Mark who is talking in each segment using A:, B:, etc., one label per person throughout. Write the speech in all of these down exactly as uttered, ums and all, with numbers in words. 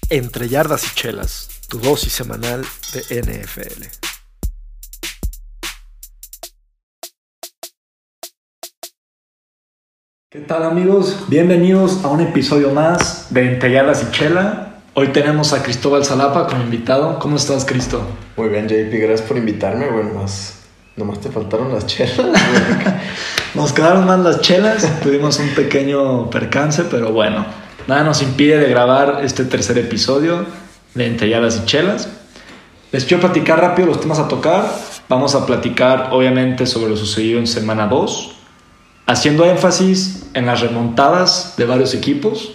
A: Entre yardas y chelas, tu dosis semanal de N F L. ¿Qué tal, amigos? Bienvenidos a un episodio más de Entre yardas y chela. Hoy tenemos a Cristóbal Salapa como invitado. ¿Cómo estás, Cristo?
B: Muy bien, J P, gracias por invitarme, güey. Nomás, nomás te faltaron las chelas.
A: Nos quedaron más las chelas. Tuvimos un pequeño percance, pero bueno, nada nos impide de grabar este tercer episodio de Entre yardas y chelas. Les quiero platicar rápido los temas a tocar. Vamos a platicar, obviamente, sobre lo sucedido en semana dos, haciendo énfasis en las remontadas de varios equipos.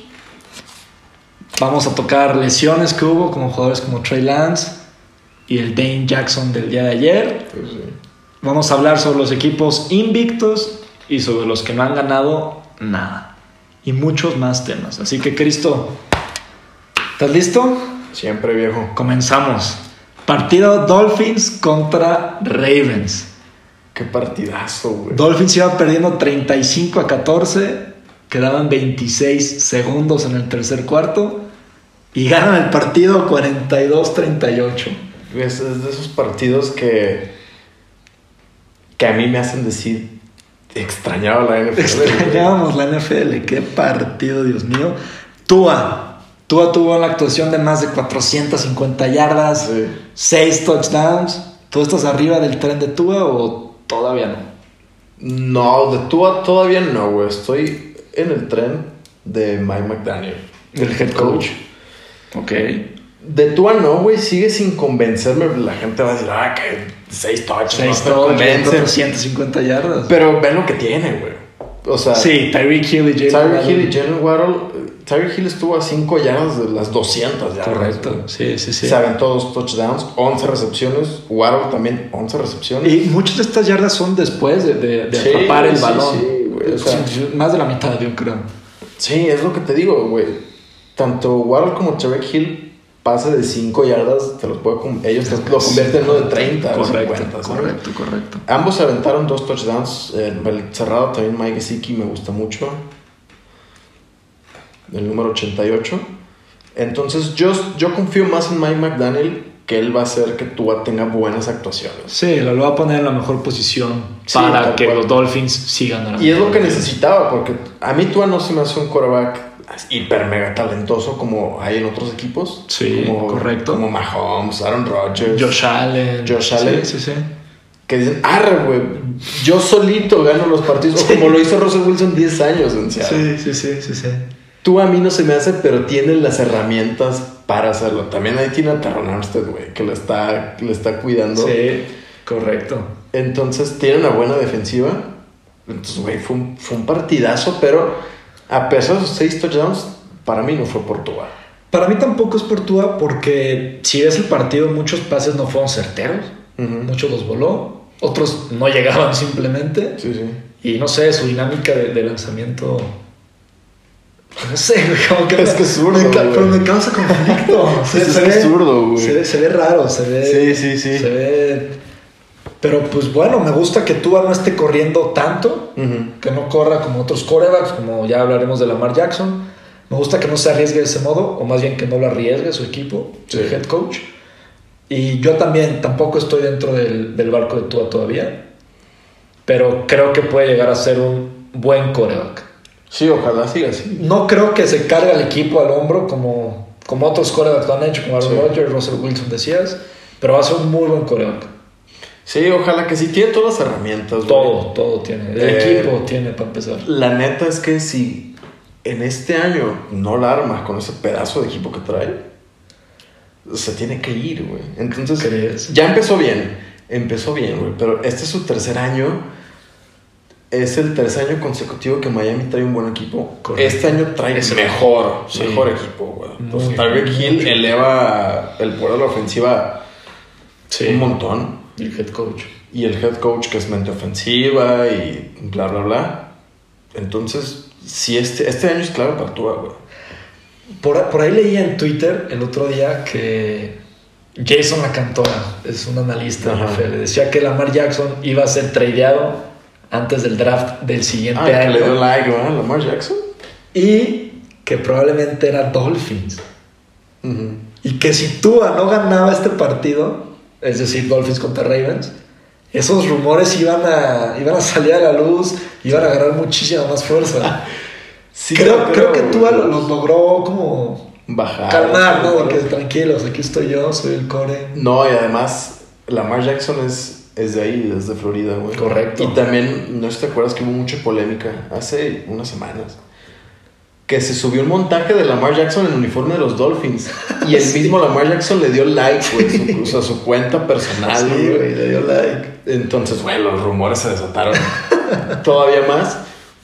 A: Vamos a tocar lesiones que hubo, como jugadores como Trey Lance y el Dane Jackson del día de ayer.
B: Pues sí.
A: Vamos a hablar sobre los equipos invictos y sobre los que no han ganado nada. Y muchos más temas. Así que, Cristo, ¿estás listo?
B: Siempre, viejo.
A: Comenzamos. Partido Dolphins contra Ravens.
B: Qué partidazo, güey.
A: Dolphins iba perdiendo treinta y cinco a catorce. Quedaban veintiséis segundos en el tercer cuarto. Y ganan el partido cuarenta y dos treinta y ocho.
B: Es, es de esos partidos que... Que a mí me hacen decir... Extrañaba la N F L.
A: Extrañábamos la N F L. Qué partido, Dios mío. Tua. Tua tuvo la actuación de más de cuatrocientas cincuenta yardas.
B: Sí.
A: seis touchdowns. ¿Tú estás arriba del tren de Tua o todavía no?
B: No, de Tua todavía no, güey. Estoy en el tren de Mike McDaniel.
A: El head coach. Ok.
B: De Tua no, güey. Sigue sin convencerme. La gente va a decir, ah, que seis touchdowns.
A: seis
B: no
A: touchdowns, cuatrocientas cincuenta yardas.
B: Pero ven lo que tiene, güey. O sea...
A: Sí, Tyreek Hill y Jalen Waddle.
B: Tyreek Hill y Jalen Waddle... Tyreek Hill estuvo a cinco yardas de las doscientas yardas.
A: Correcto, sí, sí, sí.
B: Se aventó dos touchdowns, once recepciones. Waddle también, once recepciones.
A: Y muchas de estas yardas son después de, de, de
B: sí,
A: atrapar el
B: sí,
A: balón.
B: Sí, güey, o sea,
A: sí, más de la mitad, yo creo.
B: Sí, es lo que te digo, güey. Tanto Waddle como Tyreek Hill, pase de cinco yardas, te los puedo, ellos te lo convierten en uno de treinta.
A: Correcto,
B: cincuenta, ¿sabes?
A: correcto, correcto.
B: Ambos se aventaron dos touchdowns. El cerrado también, Mike Gesicki, me gusta mucho. El número ochenta y ocho. Entonces yo, yo confío más en Mike McDaniel, que él va a hacer que Tua tenga buenas actuaciones.
A: Sí, lo va a poner en la mejor posición
B: Sí,
A: para que
B: cual.
A: los Dolphins sigan ganando.
B: Y es lo que necesitaba, porque a mí Tua no se me hace un quarterback hiper mega talentoso como hay en otros equipos.
A: Sí,
B: como,
A: correcto.
B: Como Mahomes, Aaron Rodgers,
A: Josh Allen.
B: Josh Allen.
A: Sí, sí, sí.
B: Que dicen, arre, güey, yo solito gano los partidos.
A: Sí.
B: O como lo hizo Russell Wilson diez años en Seattle.
A: Sí, sí, sí, sí, sí.
B: Tú a mí no se me hace, pero tiene las herramientas para hacerlo. También ahí tiene a Terron Armstead, güey, que le está, le está cuidando.
A: Sí, correcto.
B: Entonces tiene una buena defensiva. Entonces, güey, fue un, fue un partidazo, pero a pesar de esos seis touchdowns, para mí no fue por Tua.
A: Para mí tampoco es por Tua, porque si ves el partido, muchos pases no fueron certeros.
B: Uh-huh.
A: Muchos los voló. Otros no llegaban simplemente.
B: Sí, sí.
A: Y no sé, su dinámica de, de lanzamiento... No sé, como que
B: es
A: me,
B: que es zurdo,
A: me ca-
B: güey.
A: pero me causa conflicto. se,
B: Es
A: se
B: que
A: ve
B: es zurdo, güey.
A: Se ve, se ve raro, se ve.
B: Sí, sí, sí.
A: Se ve. Pero pues bueno, me gusta que Tua no esté corriendo tanto,
B: Uh-huh.
A: que no corra como otros quarterbacks, como ya hablaremos de Lamar Jackson. Me gusta que no se arriesgue de ese modo, o más bien que no lo arriesgue su equipo, su
B: Sí.
A: head coach. Y yo también tampoco estoy dentro del, del barco de Tua todavía, pero creo que puede llegar a ser un buen quarterback.
B: Sí, ojalá siga así.
A: No creo que se cargue al equipo al hombro como, como otros quarterbacks lo han hecho, como Aaron
B: Sí.
A: Rodgers, Russell Wilson decías, pero va a ser un muy buen quarterback.
B: Sí, ojalá que sí. Tiene todas las herramientas, güey.
A: Todo, todo tiene. El
B: Eh,
A: equipo tiene para empezar.
B: La neta es que si en este año no la armas con ese pedazo de equipo que trae, se tiene que ir, güey. Entonces,
A: ¿Crees?
B: ya empezó bien. Empezó bien, güey. Pero este es su tercer año. Es el tercer año consecutivo que Miami trae un buen equipo.
A: Correcto.
B: Este año trae
A: Ese
B: mejor,
A: sí.
B: mejor equipo, güey. Entonces,
A: Muy,
B: Tyreek
A: muy
B: Hill
A: bien.
B: eleva el poder de la ofensiva
A: Sí.
B: un montón.
A: El head coach.
B: Y el head coach que es mente ofensiva y bla, bla, bla. Entonces, sí, este, este año es clave para Tua, güey.
A: Por, por ahí leía en Twitter el otro día que Jason Lacantora, es un analista de
B: Ajá.
A: N F L, decía que Lamar Jackson iba a ser tradeado antes del draft del siguiente
B: Ah, que
A: año.
B: le dio like, ¿verdad? Lamar Jackson.
A: Y que probablemente era Dolphins.
B: Uh-huh.
A: Y que si Tua no ganaba este partido, es decir, Dolphins contra Ravens, esos rumores iban a, iban a salir a la luz, iban a agarrar muchísima más fuerza.
B: Sí,
A: creo,
B: creo,
A: creo que Tua los logró como
B: bajar,
A: calmar, ¿no? De que tranquilos, aquí estoy yo, soy el core.
B: No, y además, Lamar Jackson es, es de ahí, es de Florida, güey.
A: Correcto.
B: Y también, no sé si te acuerdas que hubo mucha polémica hace unas semanas. Que se subió un montaje de Lamar Jackson en el uniforme de los Dolphins. Y el sí. mismo Lamar Jackson le dio like, güey, sí. su, o sea, su cuenta personal.
A: Sí, güey, le dio like.
B: Entonces, güey, los rumores se desataron todavía más.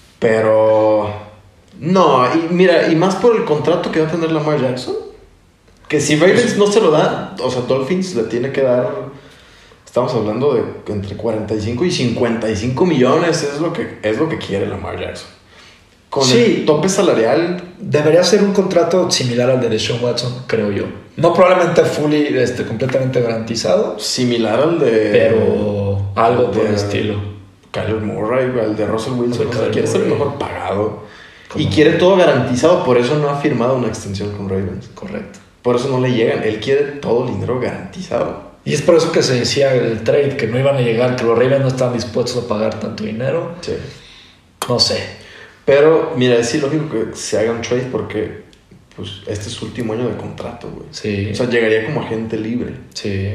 B: Pero, no, y mira, y más por el contrato que va a tener Lamar Jackson. Que si Ravens no se lo da, o sea, Dolphins le tiene que dar, estamos hablando de entre cuarenta y cinco y cincuenta y cinco millones, es lo que, es lo que quiere Lamar Jackson. Con sí, el tope salarial.
A: Debería ser un contrato similar al de Deshaun Watson, creo yo. No probablemente fully, este, completamente garantizado.
B: Similar al de...
A: Pero algo de, por el estilo.
B: Kyler Murray, al de Russell Wilson. O sea, quiere ser el mejor pagado. Y quiere todo garantizado, por eso no ha firmado una extensión con Ravens.
A: Correcto.
B: Por eso no le llegan. Él quiere todo el dinero garantizado.
A: Y es por eso que se decía el trade, que no iban a llegar, que los Ravens no estaban dispuestos a pagar tanto dinero.
B: Sí.
A: No sé.
B: Pero, mira, es ilógico que se haga un trade porque pues, este es su último año de contrato, güey.
A: Sí.
B: O sea, llegaría como agente libre.
A: Sí.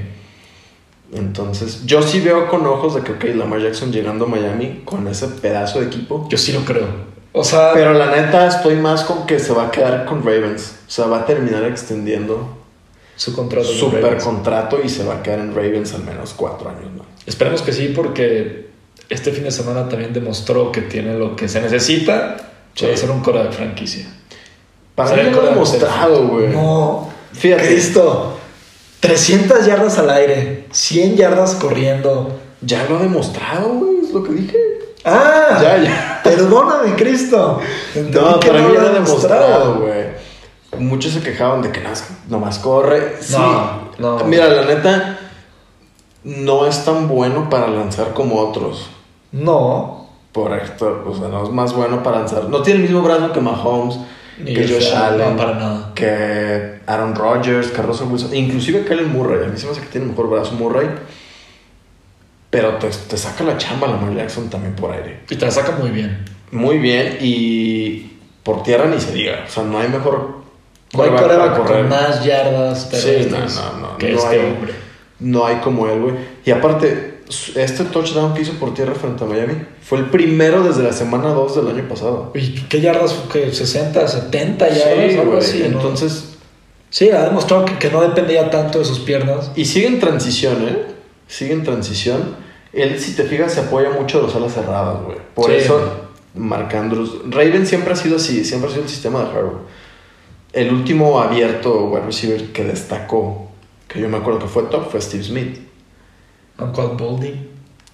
B: Entonces, yo sí veo con ojos de que, ok, Lamar Jackson llegando a Miami con ese pedazo de equipo.
A: Yo sí lo creo. O sea...
B: Pero la neta, estoy más con que se va a quedar con Ravens. O sea, va a terminar extendiendo
A: su contrato.
B: Super contrato y se va a quedar en Ravens al menos cuatro años más.
A: Esperemos que sí, porque... este fin de semana también demostró que tiene lo que se necesita sí. para ser un core de franquicia.
B: Para mí no lo ha demostrado, güey.
A: No,
B: fíjate.
A: Cristo, trescientas yardas al aire, cien yardas corriendo.
B: Ya lo ha demostrado, güey, es lo que dije.
A: Ah,
B: ya, ya.
A: Perdóname, Cristo. Entendí
B: no,
A: que
B: para
A: no
B: mí
A: lo
B: ya
A: ha
B: lo ha demostrado, güey. Muchos se quejaban de que nomás corre. Sí.
A: No, no.
B: Mira, la neta, no es tan bueno para lanzar como otros.
A: No.
B: Por esto, o sea, no es más bueno para lanzar. No tiene el mismo brazo que Mahomes, Ni que Josh Allen,
A: no, para nada.
B: que Aaron Rodgers, que Russell Wilson, inclusive Kyler Murray. A mí se me hace que tiene mejor brazo Murray. Pero te, te saca la chamba Lamar Jackson también por aire.
A: Y te la saca muy bien.
B: Muy bien, y por tierra ni se diga. O sea, no hay mejor...
A: No hay correr con más yardas.
B: Sí, no, no, no.
A: Que
B: no
A: este
B: hay,
A: hombre.
B: No hay como él, güey. Y aparte, este touchdown que hizo por tierra frente a Miami fue el primero desde la semana dos del año pasado.
A: ¿Y qué yardas? ¿Qué? ¿sesenta, setenta yardas?
B: Sí,
A: algo
B: güey.
A: así, ¿no?
B: Entonces...
A: Sí, ha demostrado que, que no dependía tanto de sus piernas.
B: Y sigue en transición, ¿eh? Sigue en transición. Él, si te fijas, se apoya mucho de las alas cerradas, güey. Por
A: sí.
B: eso, Mark Andrews... Raven siempre ha sido así. Siempre ha sido el sistema de Harbaugh. El último abierto wide receiver que destacó, que yo me acuerdo que fue top, fue Steve Smith.
A: Uncle Boldy.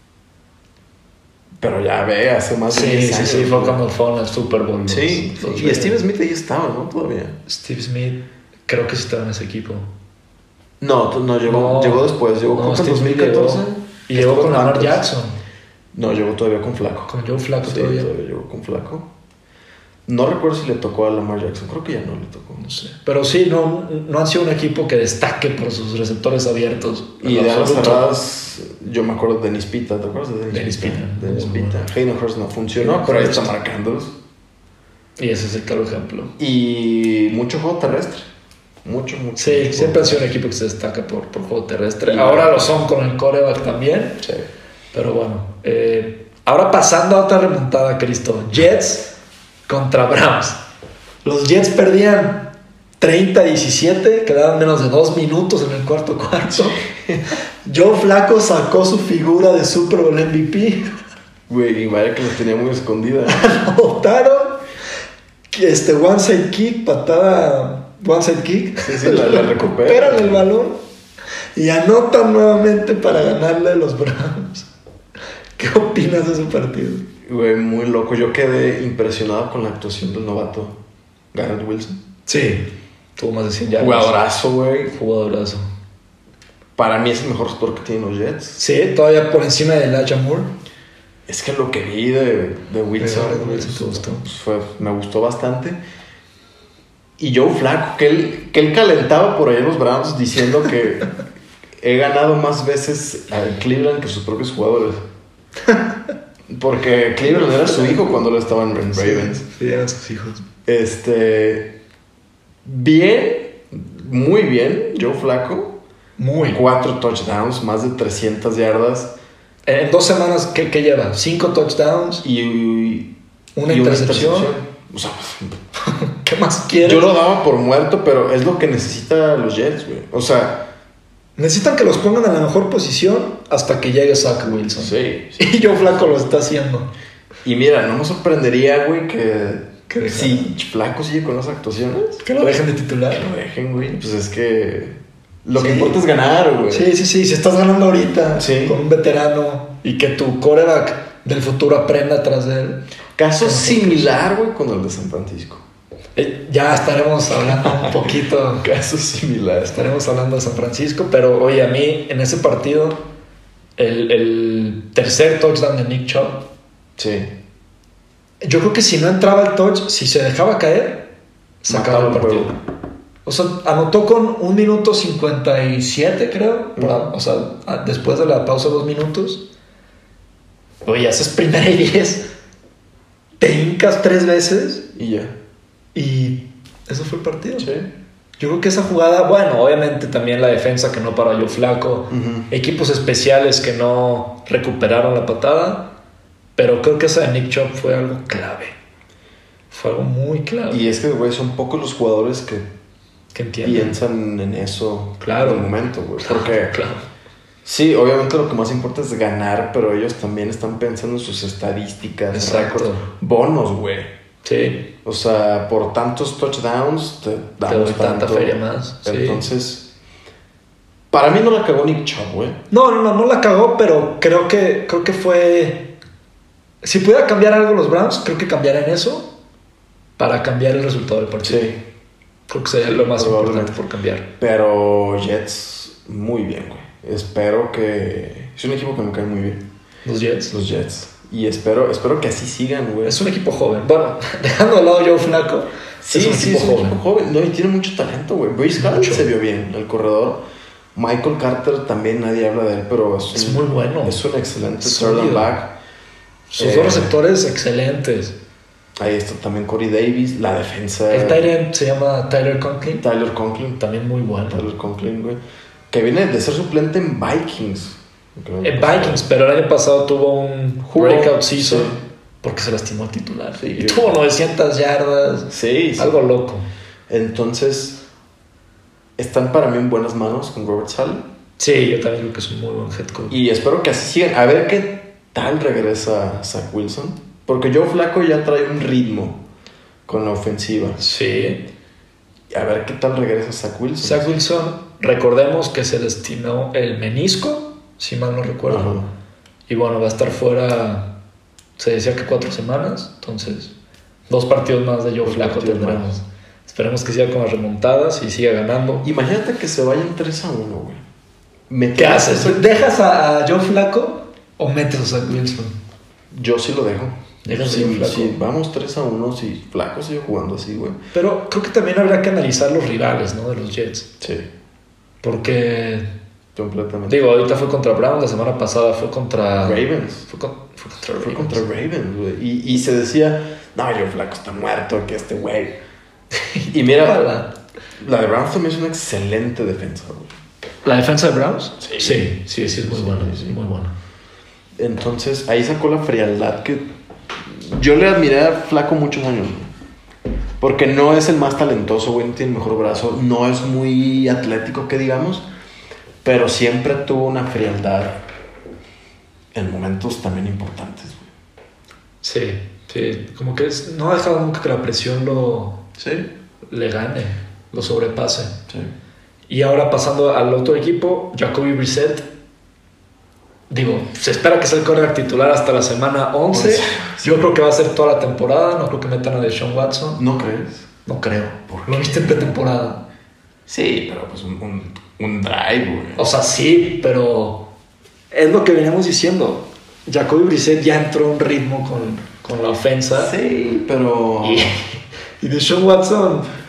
B: Pero ya ve, hace más de
A: sí,
B: diez
A: sí,
B: años.
A: Sí, fue cuando fue en el Super Bowl.
B: Sí,
A: los, los
B: y Steve Smith ahí estaba, ¿no? Todavía.
A: Steve Smith, creo que sí estaba en ese equipo.
B: No, no, llegó,
A: no,
B: llegó después. Llegó
A: no,
B: con dos mil catorce.
A: Llegó, y llegó con Lamar Jackson.
B: No, llegó todavía con Flaco.
A: Con Joe Flaco
B: sí,
A: todavía.
B: todavía llegó con Flaco. No recuerdo si le tocó a Lamar Jackson. Creo que ya no le tocó.
A: No sé. Pero sí, no, no han sido un equipo que destaque por sus receptores abiertos.
B: Y de alas cerradas, yo me acuerdo de Dennis Pita. ¿Te acuerdas de Dennis,
A: Dennis
B: Pita?
A: Pita.
B: Dennis Pita. Hayden Hurst no funcionó, sí, pero ahí está marcándolos.
A: Y ese es el claro ejemplo.
B: Y mucho juego terrestre. Mucho, mucho.
A: Sí,
B: mucho
A: siempre ha sido un equipo que se destaca por, por juego terrestre.
B: Y
A: ahora
B: bueno,
A: lo son con el quarterback también.
B: Sí.
A: Pero bueno. Eh, ahora pasando a otra remontada, Cristo. Jets contra Browns. Los Jets perdían treinta a diecisiete, quedaban menos de dos minutos en el cuarto cuarto. Joe Flaco sacó su figura de Super Bowl M V P.
B: Güey, y vaya que la tenía muy escondida.
A: Anotaron. Este one side kick, patada, one side kick.
B: Sí, sí, la, la
A: recuperan el balón y anotan nuevamente para ganarle a los Browns. ¿Qué opinas de ese partido?
B: Güey, muy loco. Yo quedé impresionado con la actuación del novato Garrett Wilson.
A: Sí, tuvo más de cien yardas.
B: Jugadorazo, güey.
A: Jugadorazo.
B: Para mí es el mejor receptor que tienen los Jets.
A: Sí, todavía por encima de Elijah Moore.
B: Es que lo que vi de, de Wilson,
A: de Wilson
B: pues, fue, me gustó bastante. Y Joe Flacco, que él, que él calentaba por ahí en los Browns diciendo que he ganado más veces a Cleveland que sus propios jugadores. Porque Cleveland era su hijo cuando él estaba en Ravens.
A: Sí, sí, eran sus hijos.
B: Este. Bien, muy bien, Joe Flacco.
A: Muy.
B: Cuatro touchdowns, más de trescientas yardas.
A: En dos semanas, ¿qué, qué lleva? Cinco touchdowns
B: y, y
A: una,
B: y
A: intercepción.
B: una intercepción. O sea,
A: ¿qué más quieres?
B: Yo lo daba por muerto, pero es lo que necesitan los Jets, güey. O sea,
A: necesitan que los pongan en la mejor posición hasta que llegue Zach Wilson.
B: Sí. sí.
A: Y Joe Flacco lo está haciendo.
B: Y mira, no me sorprendería, güey, que
A: ¿Qué
B: si Flacco sigue con esas actuaciones,
A: que lo dejen de titular.
B: Que lo dejen, güey. Pues es que lo sí. que importa es ganar, güey.
A: Sí, sí, sí. Si estás ganando ahorita
B: sí.
A: con un veterano y que tu quarterback del futuro aprenda atrás de él.
B: Caso similar, güey, con el de San Francisco.
A: Eh, ya estaremos hablando un poquito.
B: Caso similar.
A: Estaremos hablando de San Francisco, pero oye, a mí en ese partido, el, el tercer touchdown de Nick Chubb.
B: Sí.
A: Yo creo que si no entraba el touch, si se dejaba caer, sacaba el partido. Juego. O sea, anotó con un minuto cincuenta y siete, creo. Mm. Para, o sea, después de la pausa de dos minutos. Oye, haces primera y diez. Te hincas tres veces.
B: Y ya.
A: Y eso fue el partido.
B: Sí.
A: Yo creo que esa jugada, bueno, obviamente también la defensa que no paró a Joe Flacco.
B: Uh-huh.
A: Equipos especiales que no recuperaron la patada. Pero creo que esa de Nick Chubb fue algo clave. Fue algo muy clave.
B: Y es que, güey, son pocos los jugadores que,
A: que entienden.
B: piensan en eso
A: claro.
B: en el momento, güey.
A: Claro,
B: porque,
A: claro.
B: sí, obviamente lo que más importa es ganar, pero ellos también están pensando en sus estadísticas,
A: exacto.
B: récords, bonos, güey.
A: Sí.
B: O sea, por tantos touchdowns te damos
A: te doy tanta feria más.
B: Entonces,
A: sí.
B: para mí no la cagó Nick Chubb, güey.
A: No, no, no, no la cagó, pero creo que, creo que fue... Si pudiera cambiar algo los Browns, creo que cambiaría en eso para cambiar el resultado del partido.
B: Sí.
A: Creo que sería sí, lo más importante por cambiar.
B: Pero Jets, muy bien, güey. Espero que... Es un equipo que me cae muy bien.
A: Los Jets.
B: Los Jets. Y espero, espero que así sigan, güey.
A: Es un equipo joven. Bueno, dejando de lado Joe Flacco,
B: sí,
A: es un
B: sí,
A: equipo
B: es un
A: joven.
B: equipo joven. No, y tiene mucho talento, güey. Bruce Hall se vio bien, el corredor. Michael Carter también nadie habla de él, pero es,
A: es
B: un,
A: muy bueno.
B: Es un excelente third back.
A: Sus eh, dos receptores excelentes.
B: Ahí está también Corey Davis, la defensa.
A: El tight end se llama Tyler Conklin.
B: Tyler Conklin.
A: También muy bueno.
B: Tyler Conklin, güey. Que viene de ser suplente en Vikings.
A: En Vikings, pero el año pasado tuvo un Jugó, breakout season. Sí. Porque se lastimó el titular. Sí, y tuvo novecientas yardas.
B: Sí, sí.
A: Algo loco.
B: Entonces, están para mí en buenas manos con Robert Saleh.
A: Sí, yo también creo que es un muy buen head coach.
B: Y espero que así sigan. A ver qué tal regresa Zach Wilson. Porque Joe Flacco ya trae un ritmo con la ofensiva.
A: Sí.
B: A ver qué tal regresa Zach Wilson.
A: Zach Wilson, recordemos que se lastimó el menisco, si mal no recuerdo. Uh-huh. Y bueno, va a estar fuera, se decía que cuatro semanas. Entonces, dos partidos más de Joe dos Flacco tendremos. Más. Esperemos que siga con las remontadas y siga ganando.
B: Imagínate que se vayan tres a uno, güey.
A: ¿Qué haces? A... ¿Dejas a Joe Flacco o metes a Zach Wilson?
B: Yo sí lo dejo.
A: Sí,
B: sí, vamos tres a uno, si Flacco sigue jugando así, güey.
A: Pero creo que también habría que analizar los rivales, ¿no? De los Jets.
B: Sí.
A: Porque...
B: Completamente.
A: Digo, ahorita fue contra Browns, la semana pasada fue contra...
B: Ravens.
A: Fue, con, fue contra
B: Ravens. Fue
A: contra
B: Ravens, güey. Y, y se decía, no, Joe Flacco está muerto, que este güey. Y mira, la, la de Browns también es una excelente defensa, güey.
A: ¿La defensa de Browns?
B: Sí.
A: Sí, sí, sí, es muy sí, buena, sí. muy buena.
B: Entonces, ahí sacó la frialdad que... Yo le admiré a Flacco muchos años, güey. Porque no es el más talentoso, güey, no tiene el mejor brazo, no es muy atlético, que digamos, pero siempre tuvo una frialdad en momentos también importantes, güey.
A: Sí, sí, como que es, no ha dejado nunca que la presión lo
B: sí.
A: le gane, lo sobrepase.
B: Sí.
A: Y ahora pasando al otro equipo, Jacoby Brissett. Digo, se espera que sea el quarterback titular hasta la semana once. once. Yo creo que va a ser toda la temporada. No creo que metan a Deshaun Watson.
B: ¿No crees?
A: No creo. ¿Lo viste en pretemporada?
B: Sí, pero pues un, un, un drive, güey.
A: O sea, sí, pero es lo que veníamos diciendo. Jacoby Brissett ya entró en un ritmo con, con la ofensa.
B: Sí, pero...
A: Y, y Deshaun Watson...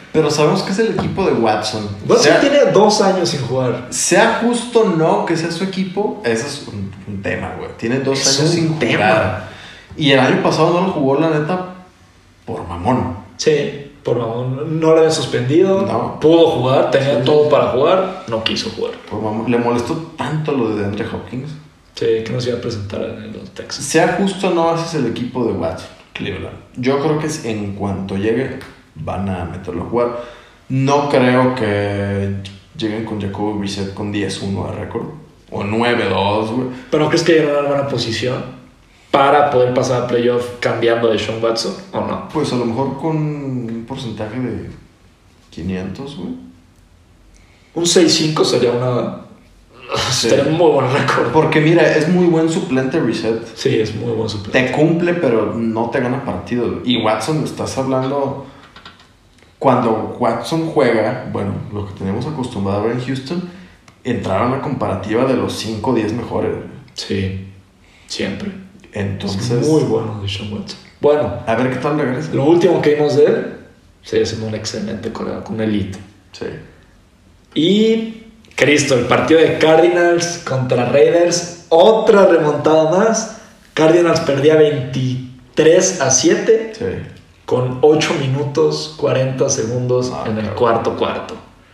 B: Pero sabemos que es el equipo de Watson.
A: Watson
B: sea,
A: tiene dos años sin jugar.
B: Sea justo o no que sea su equipo, ese es un, un tema, güey. Tiene dos
A: Es
B: años
A: un
B: sin
A: tema.
B: jugar. Y el año pasado no lo jugó, la neta, por mamón.
A: Sí, por favor, no lo habían suspendido.
B: No.
A: Pudo jugar, tenía
B: Sí.
A: todo para jugar, no quiso jugar.
B: Por mamón. Le molestó tanto lo de DeAndre Hopkins.
A: Sí, que no se iba a presentar en los Texans.
B: Sea justo o no, ese es el equipo de Watson, Cleveland. Yo creo que en cuanto llegue, van a meterlo a jugar. No creo que lleguen con Jacoby Brissett con diez uno de récord. O nueve dos, güey.
A: ¿Pero crees que llegaron a una buena posición para poder pasar a playoff cambiando de Sean Watson o no?
B: Pues a lo mejor con un porcentaje de quinientos, güey.
A: Un seis cinco sería una...
B: Sí.
A: Sería un muy buen récord.
B: Porque mira, es muy buen suplente Brissett.
A: Sí, es muy buen suplente.
B: Te cumple, pero no te gana partidos. Y Watson, estás hablando... Cuando Watson juega, bueno, lo que tenemos acostumbrado a ver en Houston, entraron a la comparativa de los cinco o diez mejores.
A: Sí, siempre.
B: Entonces,
A: Es muy bueno de Sean Watson. Bueno,
B: a ver qué tal regresa.
A: lo último que vimos de él, sigue siendo un excelente colega, con elite.
B: Sí.
A: Y Cristo, el partido de Cardinals contra Raiders, otra remontada más. Cardinals perdía veintitrés a siete
B: Sí.
A: con ocho minutos cuarenta segundos
B: Ah,
A: en el
B: cabrón.
A: cuarto cuarto.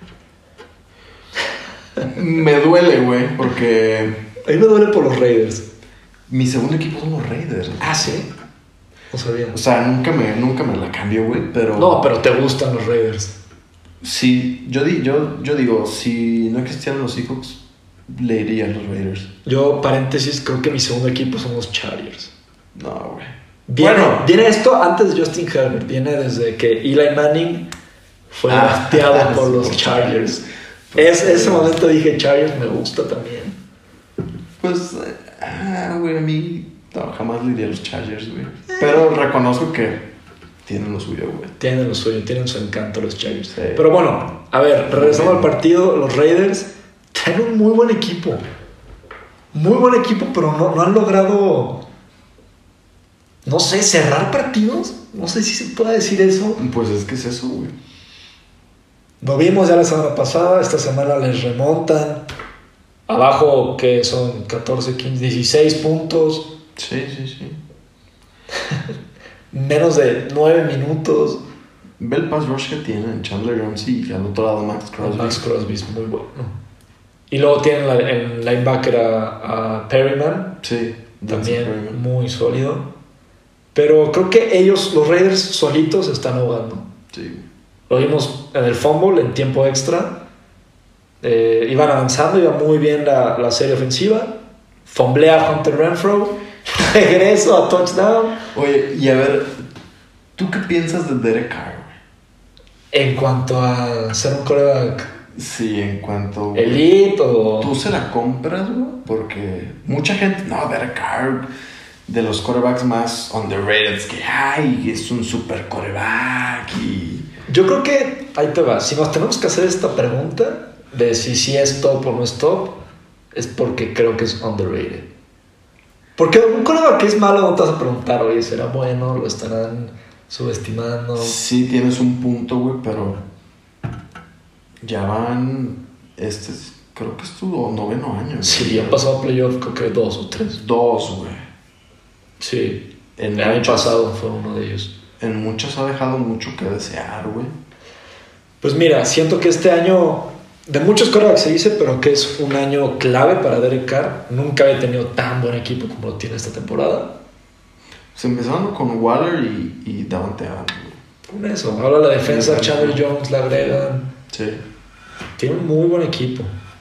B: Me duele, güey, porque
A: A mí me duele por los Raiders.
B: mi segundo equipo son los Raiders.
A: Ah, sí. No sabía.
B: O sea, nunca me, nunca me la cambio, güey, pero...
A: No, pero te gustan los Raiders.
B: Sí, yo, di, yo, yo digo, si no existieran los Seahawks, le iría a los Raiders.
A: Yo, paréntesis, creo que mi segundo equipo son los Chargers.
B: No, güey.
A: Viene,
B: Bueno.
A: viene esto antes de Justin Herbert. Viene desde que Eli Manning fue
B: Ah,
A: drafteado por
B: sí,
A: los
B: por
A: Chargers.
B: Pues,
A: Es, ese
B: eh,
A: momento dije, Chargers me gusta también.
B: Pues, eh, ah, güey, a mí no, jamás le iría a los Chargers, güey. Pero reconozco que tienen lo suyo, güey.
A: Tienen lo suyo, tienen su encanto los Chargers.
B: Sí.
A: Pero bueno, a ver, regresando al partido, los Raiders tienen un muy buen equipo. Muy buen equipo, pero no, no han logrado, no sé, cerrar partidos. No sé si se puede decir eso.
B: Pues es que es eso, güey.
A: Lo vimos ya la semana pasada, esta semana les remontan. Abajo, que son catorce, quince, dieciséis puntos,
B: Sí, sí, sí.
A: menos de nueve minutos.
B: Ve el pass rush que tienen Chandler Ramsey y al otro lado Max Crosby.
A: Max Crosby es muy bueno. Y luego tienen la, el linebacker a, a Perryman,
B: Sí,
A: también
B: Perryman.
A: muy sólido. Pero creo que ellos, los Raiders, solitos están jugando.
B: Sí.
A: Lo vimos en el fumble, en tiempo extra. Eh, iban avanzando, iba muy bien la, la serie ofensiva. Fumblea Hunter Renfrow. Regreso a touchdown.
B: Oye, y a ver, ¿tú qué piensas de Derek Carr, güey?
A: En cuanto a ser un quarterback
B: Sí, en cuanto...
A: elite o...
B: ¿Tú se la compras, güey? Porque mucha gente... No, Derek Carr, de los quarterbacks más underrated, que ay, es un super quarterback y...
A: Yo creo que, ahí te va, si nos tenemos que hacer esta pregunta de si sí es top o no es top, es porque creo que es underrated. Porque un quarterback que es malo no te vas a preguntar, oye, ¿será bueno? ¿Lo estarán subestimando?
B: Sí, tienes un punto, güey, pero... Ya van... Este es- creo que es tu noveno año.
A: Sí, han pasado a playoff creo que dos o tres.
B: Dos, güey.
A: Sí,
B: En
A: el año
B: muchos-
A: pasado fue uno de ellos.
B: En muchos ha dejado mucho que desear, güey.
A: Pues mira, siento que este año, de muchos quarterbacks se dice, pero que es un año clave para Derek Carr. Nunca había tenido tan buen equipo como lo tiene esta temporada.
B: Se empezaron con Waller y, y Davante Adams, güey.
A: Con eso, ahora la defensa,
B: Sí,
A: Chandler Jones la agregan.
B: Sí.
A: Tiene un muy buen equipo.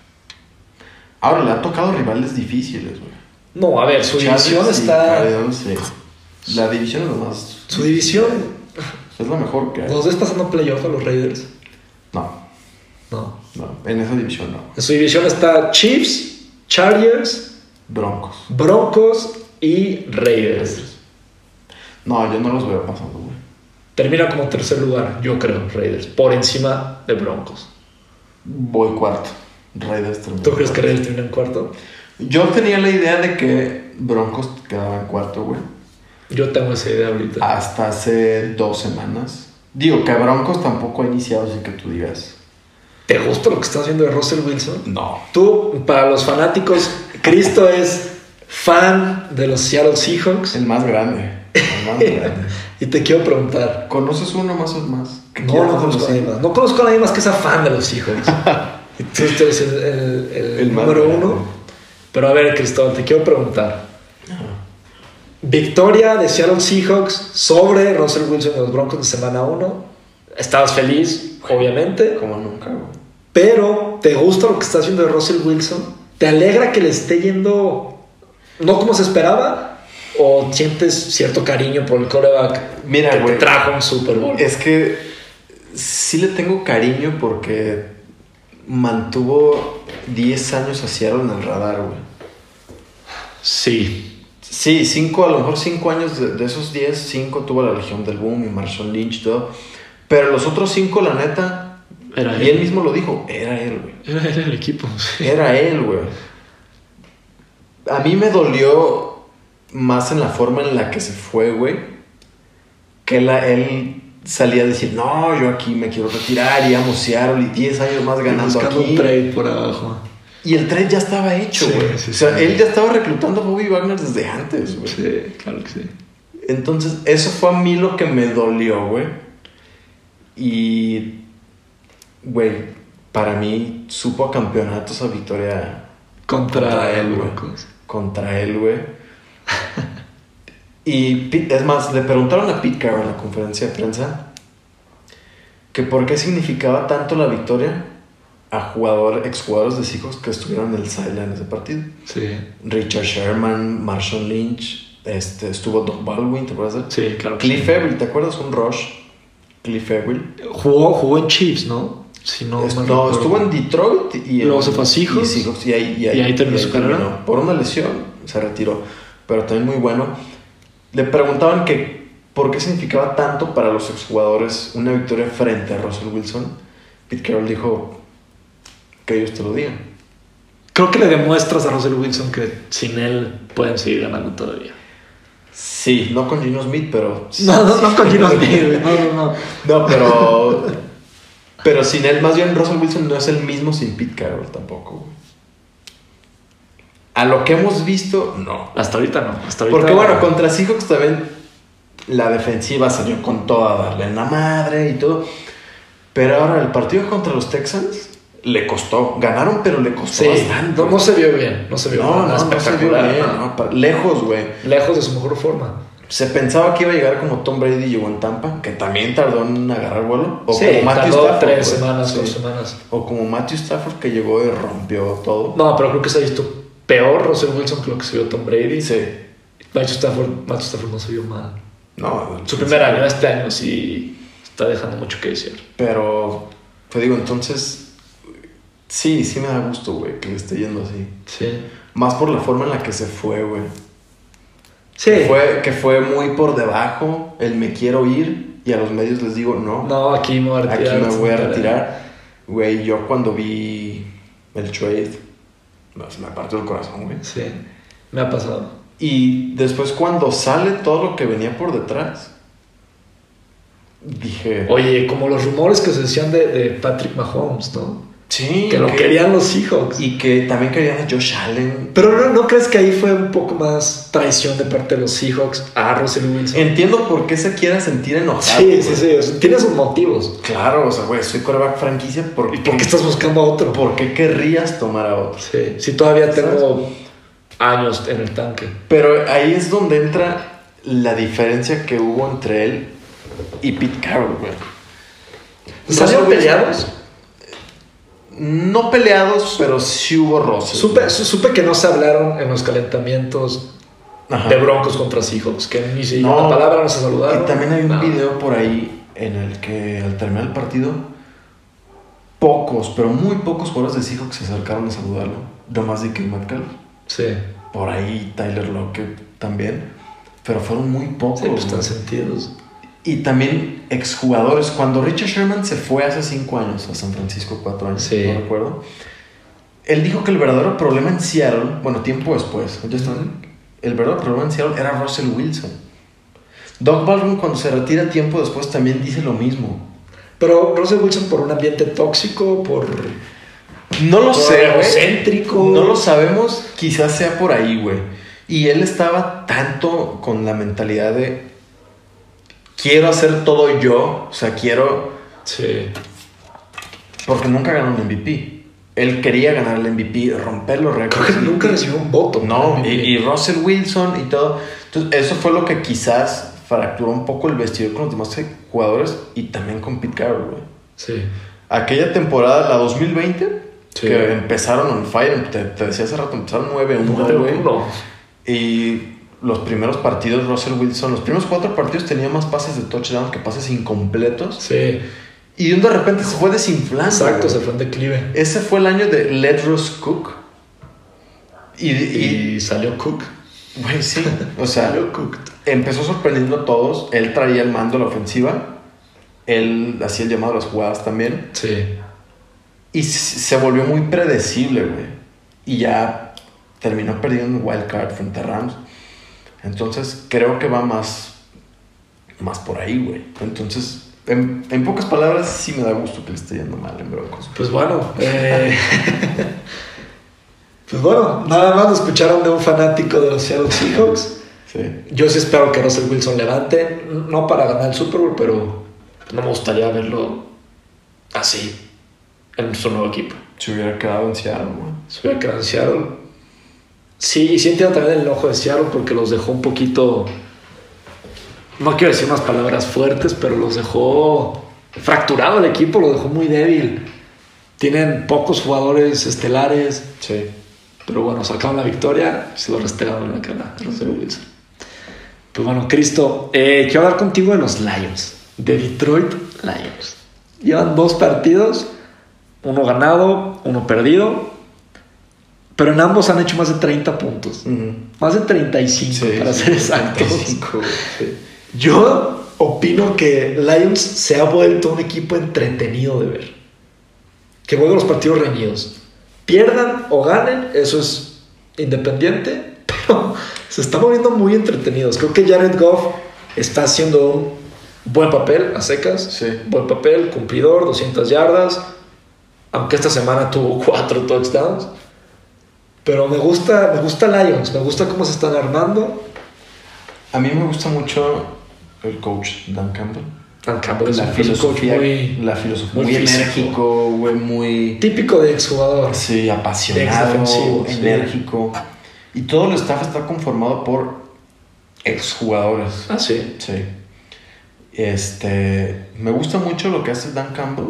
B: Ahora le ha tocado rivales difíciles, güey.
A: No, a ver, su
B: Chargers
A: división
B: y
A: está...
B: Cardinals, sí. La división es lo más...
A: Su división...
B: Es la mejor que hay.
A: ¿Nos ves pasando playoff a los Raiders?
B: No,
A: No.
B: no. En esa división no.
A: En su división está Chiefs, Chargers,
B: Broncos.
A: Broncos y Raiders.
B: No, yo no los veo pasando, güey.
A: Termina como tercer lugar, yo creo, Raiders, por encima de Broncos.
B: Voy cuarto. Raiders termina.
A: ¿Tú crees que
B: cuarto.
A: Raiders termina en cuarto?
B: Yo tenía la idea de que Broncos quedaba en cuarto, güey.
A: Yo tengo esa idea ahorita.
B: Hasta hace dos semanas Digo, que Broncos tampoco ha iniciado, así que tú digas.
A: ¿Te gusta lo que está haciendo de Russell Wilson?
B: No.
A: Tú, para los fanáticos, Cristo es fan de los Seattle Seahawks.
B: El más grande. El más grande.
A: Y te quiero preguntar.
B: ¿Conoces uno más o más?
A: No, no conozco a nadie más. No conozco a nadie más que sea fan de los Seahawks. Entonces tú eres el, el, el, el número uno. Pero a ver, Cristóbal, te quiero preguntar. Victoria de Seattle Seahawks sobre Russell Wilson de los Broncos de semana uno. Estabas feliz, obviamente.
B: Como nunca, güey.
A: Pero, ¿te gusta lo que está haciendo de Russell Wilson? ¿Te alegra que le esté yendo no como se esperaba? ¿O sientes cierto cariño por el quarterback
B: Mira,
A: que
B: güey,
A: te trajo un Super Bowl?
B: Es que sí le tengo cariño porque mantuvo diez años a Seattle en el radar, güey.
A: Sí.
B: Sí, cinco, a lo mejor cinco años de, de esos diez, cinco tuvo la Legión del Boom y Marshawn Lynch y todo. Pero los otros cinco, la neta,
A: Era
B: y él
A: él.
B: mismo lo dijo, era él, güey.
A: Era él el equipo. Sí.
B: Era él, güey. A mí me dolió más en la forma en la que se fue, güey. Que la, él salía a decir, no, yo aquí me quiero retirar y amo Seattle y diez años más ganando
A: buscando
B: aquí.
A: un trade por abajo.
B: Y el trade ya estaba hecho,
A: Sí,
B: güey.
A: sí,
B: o sea,
A: sí.
B: él ya estaba reclutando a Bobby Wagner desde antes, güey.
A: Sí, claro que sí.
B: Entonces, eso fue a mí lo que me dolió, güey. Y, güey, para mí supo a campeonato esa victoria
A: Contra,
B: contra él,
A: él,
B: güey.
A: Broncos.
B: Contra él, güey. Y Pete- es más, le preguntaron a Pete Carroll en la conferencia de prensa que por qué significaba tanto la victoria a jugador, exjugadores de Seahawks que estuvieron en el sideline de ese partido.
A: Sí.
B: Richard Sherman, Marshawn Lynch, este, estuvo Doug Baldwin, ¿te acuerdas de él?
A: Sí, claro que
B: Cliff
A: sí.
B: Everett, ¿te acuerdas? Un rush. Cliff Everett.
A: Jugó, jugó en Chiefs, ¿no? Si no,
B: Es-
A: mal
B: no,
A: recuerdo.
B: estuvo en Detroit y
A: Luego
B: en-
A: se fue a Seahawks.
B: y Seahawks, y ahí,
A: Y ahí terminó su carrera.
B: Por una lesión se retiró, pero también muy bueno. Le preguntaban que por qué significaba tanto para los exjugadores una victoria frente a Russell Wilson. Pete Carroll dijo que ellos te lo digan.
A: Creo que le demuestras a Russell Wilson que sin él pueden seguir ganando todavía.
B: Sí, no con Gino Smith, pero...
A: No, no, no con Gino Smith, güey. No, no, no.
B: No, pero... pero sin él, más bien Russell Wilson no es el mismo sin Pete Carroll tampoco, güey. A lo que hemos visto, no.
A: Hasta ahorita no. Hasta ahorita
B: Porque bueno, contra Seahawks también la defensiva salió con todo a darle en la madre y todo. Pero ahora el partido contra los Texans le costó. Ganaron, pero le costó
A: Sí,
B: bastante.
A: no, no se vio bien. No se vio
B: No,
A: bien.
B: no, no se vio
A: espectacular.
B: bien,
A: no.
B: no, pa- lejos, güey.
A: Lejos de su mejor forma.
B: Se pensaba que iba a llegar como Tom Brady llegó en Tampa, que también tardó en agarrar vuelo. O
A: Sí,
B: como Matthew
A: tardó
B: Stafford.
A: tres
B: güey.
A: semanas,
B: Sí.
A: dos semanas.
B: O como Matthew Stafford que llegó y rompió todo.
A: No, pero creo que se ha visto peor Russell Wilson que lo que se vio Tom Brady.
B: Sí.
A: Matthew Stafford, Matthew Stafford no se vio mal.
B: No,
A: Su primer año, este año sí está dejando mucho que decir.
B: Pero, te digo, entonces, sí, sí me da gusto, güey, que le esté yendo así.
A: Sí.
B: Más por la forma en la que se fue, güey.
A: Sí.
B: Que fue, que fue muy por debajo, el me quiero ir, y a los medios les digo, no,
A: No, aquí me voy a
B: aquí
A: retirar.
B: me voy a retirar. Güey, yo cuando vi el trade, no, se me partió el corazón, güey.
A: Sí, me ha pasado.
B: Y después cuando sale todo lo que venía por detrás, dije...
A: Oye, como los rumores que se decían de, de Patrick Mahomes, ¿no?
B: Sí,
A: Que lo querían los Seahawks.
B: Y que también querían a Josh Allen.
A: Pero ¿no, ¿no crees que ahí fue un poco más traición de parte de los Seahawks a Russell Wilson?
B: Entiendo por qué se quiera sentir enojado.
A: Sí,
B: güey.
A: sí, sí. O sea, tiene sus motivos.
B: Claro, o sea, güey, soy quarterback franquicia. ¿Por,
A: ¿Y por qué estás buscando a otro?
B: ¿Por qué querrías tomar a otro?
A: Sí, sí, todavía tengo años en el tanque.
B: Pero ahí es donde entra la diferencia que hubo entre él y Pete Carroll, güey.
A: ¿Salieron
B: Russell Wilson-
A: peleados?
B: No peleados, pero sí hubo roces.
A: Supe, su- supe que no se hablaron en los calentamientos
B: Ajá.
A: de Broncos contra Seahawks, que ni siquiera
B: No.
A: una palabra no se saludaron.
B: Y también hay un
A: No.
B: video por ahí en el que al terminar el partido, pocos, pero muy pocos jugadores de Seahawks se acercaron a saludarlo. Nomás de que Metcalf.
A: Sí,
B: Por ahí Tyler Lockett también. Pero fueron muy pocos.
A: sí, pues están
B: güey.
A: sentidos.
B: Y también exjugadores. Cuando Richard Sherman se fue hace cinco años a San Francisco, cuatro años,
A: Sí.
B: no recuerdo. Él dijo que el verdadero problema en Seattle, bueno, tiempo después, ya está,
A: Ujú.
B: el verdadero problema en Seattle era Russell Wilson. Doug Baldwin cuando se retira tiempo después también dice lo mismo.
A: Pero Russell Wilson por un ambiente tóxico, por...
B: No lo
A: por
B: sé,
A: egocéntrico.
B: güey. No lo sabemos, quizás sea por ahí, güey. Y él estaba tanto con la mentalidad de quiero hacer todo yo, o sea, quiero...
A: Sí.
B: Porque nunca ganó un M V P. Él quería ganar el M V P, romper los récords.
A: Creo que nunca recibió un voto.
B: No, y, y Russell Wilson y todo. Entonces, eso fue lo que quizás fracturó un poco el vestidor con los demás jugadores y también con Pete Carroll, güey.
A: Sí.
B: Aquella temporada, la dos mil veinte,
A: sí.
B: que empezaron on fire, te, te decía hace rato, empezaron nueve uno, güey. Y los primeros partidos, Russell Wilson, los primeros cuatro partidos tenía más pases de touchdown que pases incompletos.
A: Sí.
B: Y de repente se fue desinflando.
A: Exacto,
B: güey.
A: se fue en declive.
B: Ese fue el año de Let Russ Cook. Y,
A: y,
B: y
A: salió Cook.
B: Güey, sí. O sea,
A: salió Cook.
B: Empezó sorprendiendo a todos. Él traía el mando de la ofensiva. Él hacía el llamado a las jugadas también.
A: Sí.
B: Y se volvió muy predecible, güey. Y ya terminó perdiendo un wild card frente a Rams. Entonces, creo que va más, más por ahí, güey. Entonces... En, en pocas palabras, sí me da gusto que le esté yendo mal en Broncos.
A: Pues bueno, eh, pues bueno, nada más lo escucharon de un fanático de los Seattle Seahawks.
B: Sí.
A: Yo sí espero que Russell Wilson levante, no para ganar el Super Bowl, pero no me gustaría verlo así en su nuevo equipo.
B: Se hubiera quedado en Seattle, güey.
A: Se hubiera quedado en Seattle. Sí, y sí entiendo también el enojo de Seattle porque los dejó un poquito... No quiero decir unas palabras fuertes, pero los dejó fracturado el equipo, lo dejó muy débil. Tienen pocos jugadores estelares.
B: Sí.
A: Pero bueno, sacaron la victoria y se lo restregaron en la cara a Russell Wilson. Pues bueno, Cristo, eh, quiero hablar contigo de los Lions, de Detroit Lions. Llevan dos partidos, uno ganado, uno perdido, pero en ambos han hecho más de treinta puntos. Uh-huh. Más de treinta y cinco, sí, para sí, ser exactos. treinta y cinco, sí. Yo opino que Lions se ha vuelto un equipo entretenido de ver. Que vuelve los partidos reñidos. Pierdan o ganen, eso es independiente, pero se están volviendo muy entretenidos. Creo que Jared Goff está haciendo un buen papel a secas.
B: Sí.
A: Buen papel, cumplidor, doscientas yardas. Aunque esta semana tuvo cuatro touchdowns. Pero me gusta, me gusta Lions, me gusta cómo se están armando.
B: A mí me gusta mucho el coach Dan Campbell.
A: Dan Campbell es
B: la
A: un
B: filosofía,
A: muy,
B: la filosofía
A: muy,
B: muy
A: físico.
B: enérgico, güey, muy
A: típico de exjugador.
B: Sí, apasionado, enérgico. Sí. Y todo el staff está conformado por exjugadores.
A: Ah, sí.
B: Sí. Este, me gusta mucho lo que hace Dan Campbell.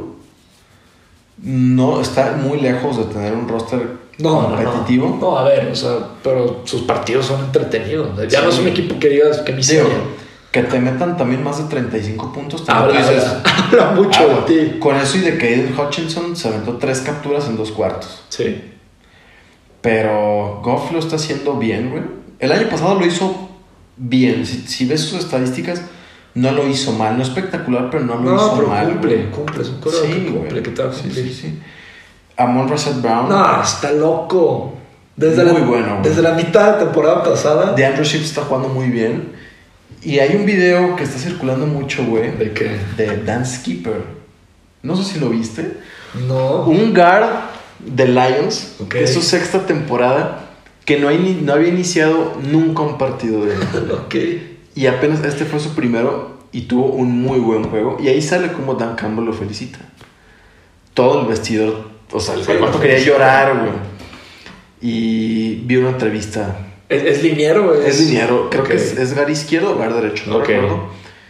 B: No está muy lejos de tener un roster
A: no,
B: competitivo.
A: No, no. no, a ver, o sea, pero sus partidos son entretenidos. Ya sí. No es un equipo que digas que miseria.
B: Que te metan también más de treinta y cinco puntos.
A: Habla,
B: dices,
A: habla mucho ah, de ti.
B: Con eso y de que Aiden Hutchinson se aventó tres capturas en dos cuartos.
A: Sí.
B: Pero Goff lo está haciendo bien, güey. El año pasado lo hizo bien. Si, si ves sus estadísticas, no lo hizo mal. No espectacular, pero no lo
A: no,
B: hizo
A: pero
B: mal.
A: Cumple,
B: güey.
A: cumple. Es un corredor
B: sí,
A: que cumple,
B: güey.
A: que te va a cumplir.
B: Sí, sí, sí. Amon-Ra Saint Brown.
A: No, está loco. Desde
B: muy
A: la,
B: bueno.
A: Desde la mitad de la temporada pasada.
B: DeAndre Swift está jugando muy bien. Y hay un video que está circulando mucho, güey.
A: ¿De qué?
B: De Dan Skipper. No sé si lo viste.
A: No.
B: Un guard de Lions,
A: okay.
B: de su sexta temporada, que no, hay, no había iniciado nunca un partido de él.
A: Okay.
B: Y apenas este fue su primero y tuvo un muy buen juego. Y ahí sale como Dan Campbell lo felicita. Todo el vestidor, o sea, el cuarto quería llorar, güey. Y vi una entrevista.
A: ¿Es, es liniero?
B: Es, es liniero. Creo okay. que es, es guard izquierdo o guard derecho. No okay. recuerdo.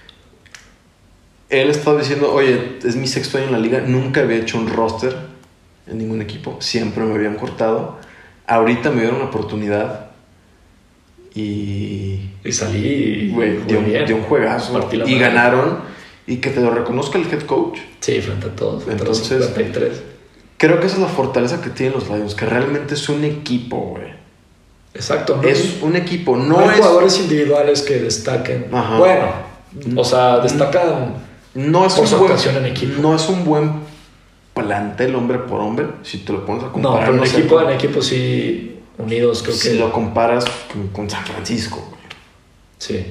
B: Él estaba diciendo, oye, es mi sexto año en la liga. Nunca había hecho un roster en ningún equipo. Siempre me habían cortado. Ahorita me dieron una oportunidad. Y...
A: Y salí.
B: Güey, dio, dio un juegazo. Y mano. Ganaron. Y que te lo reconozca el head coach.
A: Sí, frente a todos. Frente
B: Entonces,
A: a los cincuenta y tres.
B: Creo que esa es la fortaleza que tienen los Lions. Que realmente es un equipo, güey.
A: Exacto.
B: ¿no? Es un equipo, no,
A: no hay
B: es...
A: jugadores individuales que destaquen.
B: Ajá.
A: Bueno, o sea, destacan
B: no es
A: por
B: un
A: su
B: buen,
A: actuación en equipo.
B: No es un buen plantel hombre por hombre, si te lo pones a comparar.
A: No, pero en no equipo, en equipo sí, unidos creo
B: si
A: que...
B: Si lo comparas con, con San Francisco, güey.
A: Sí.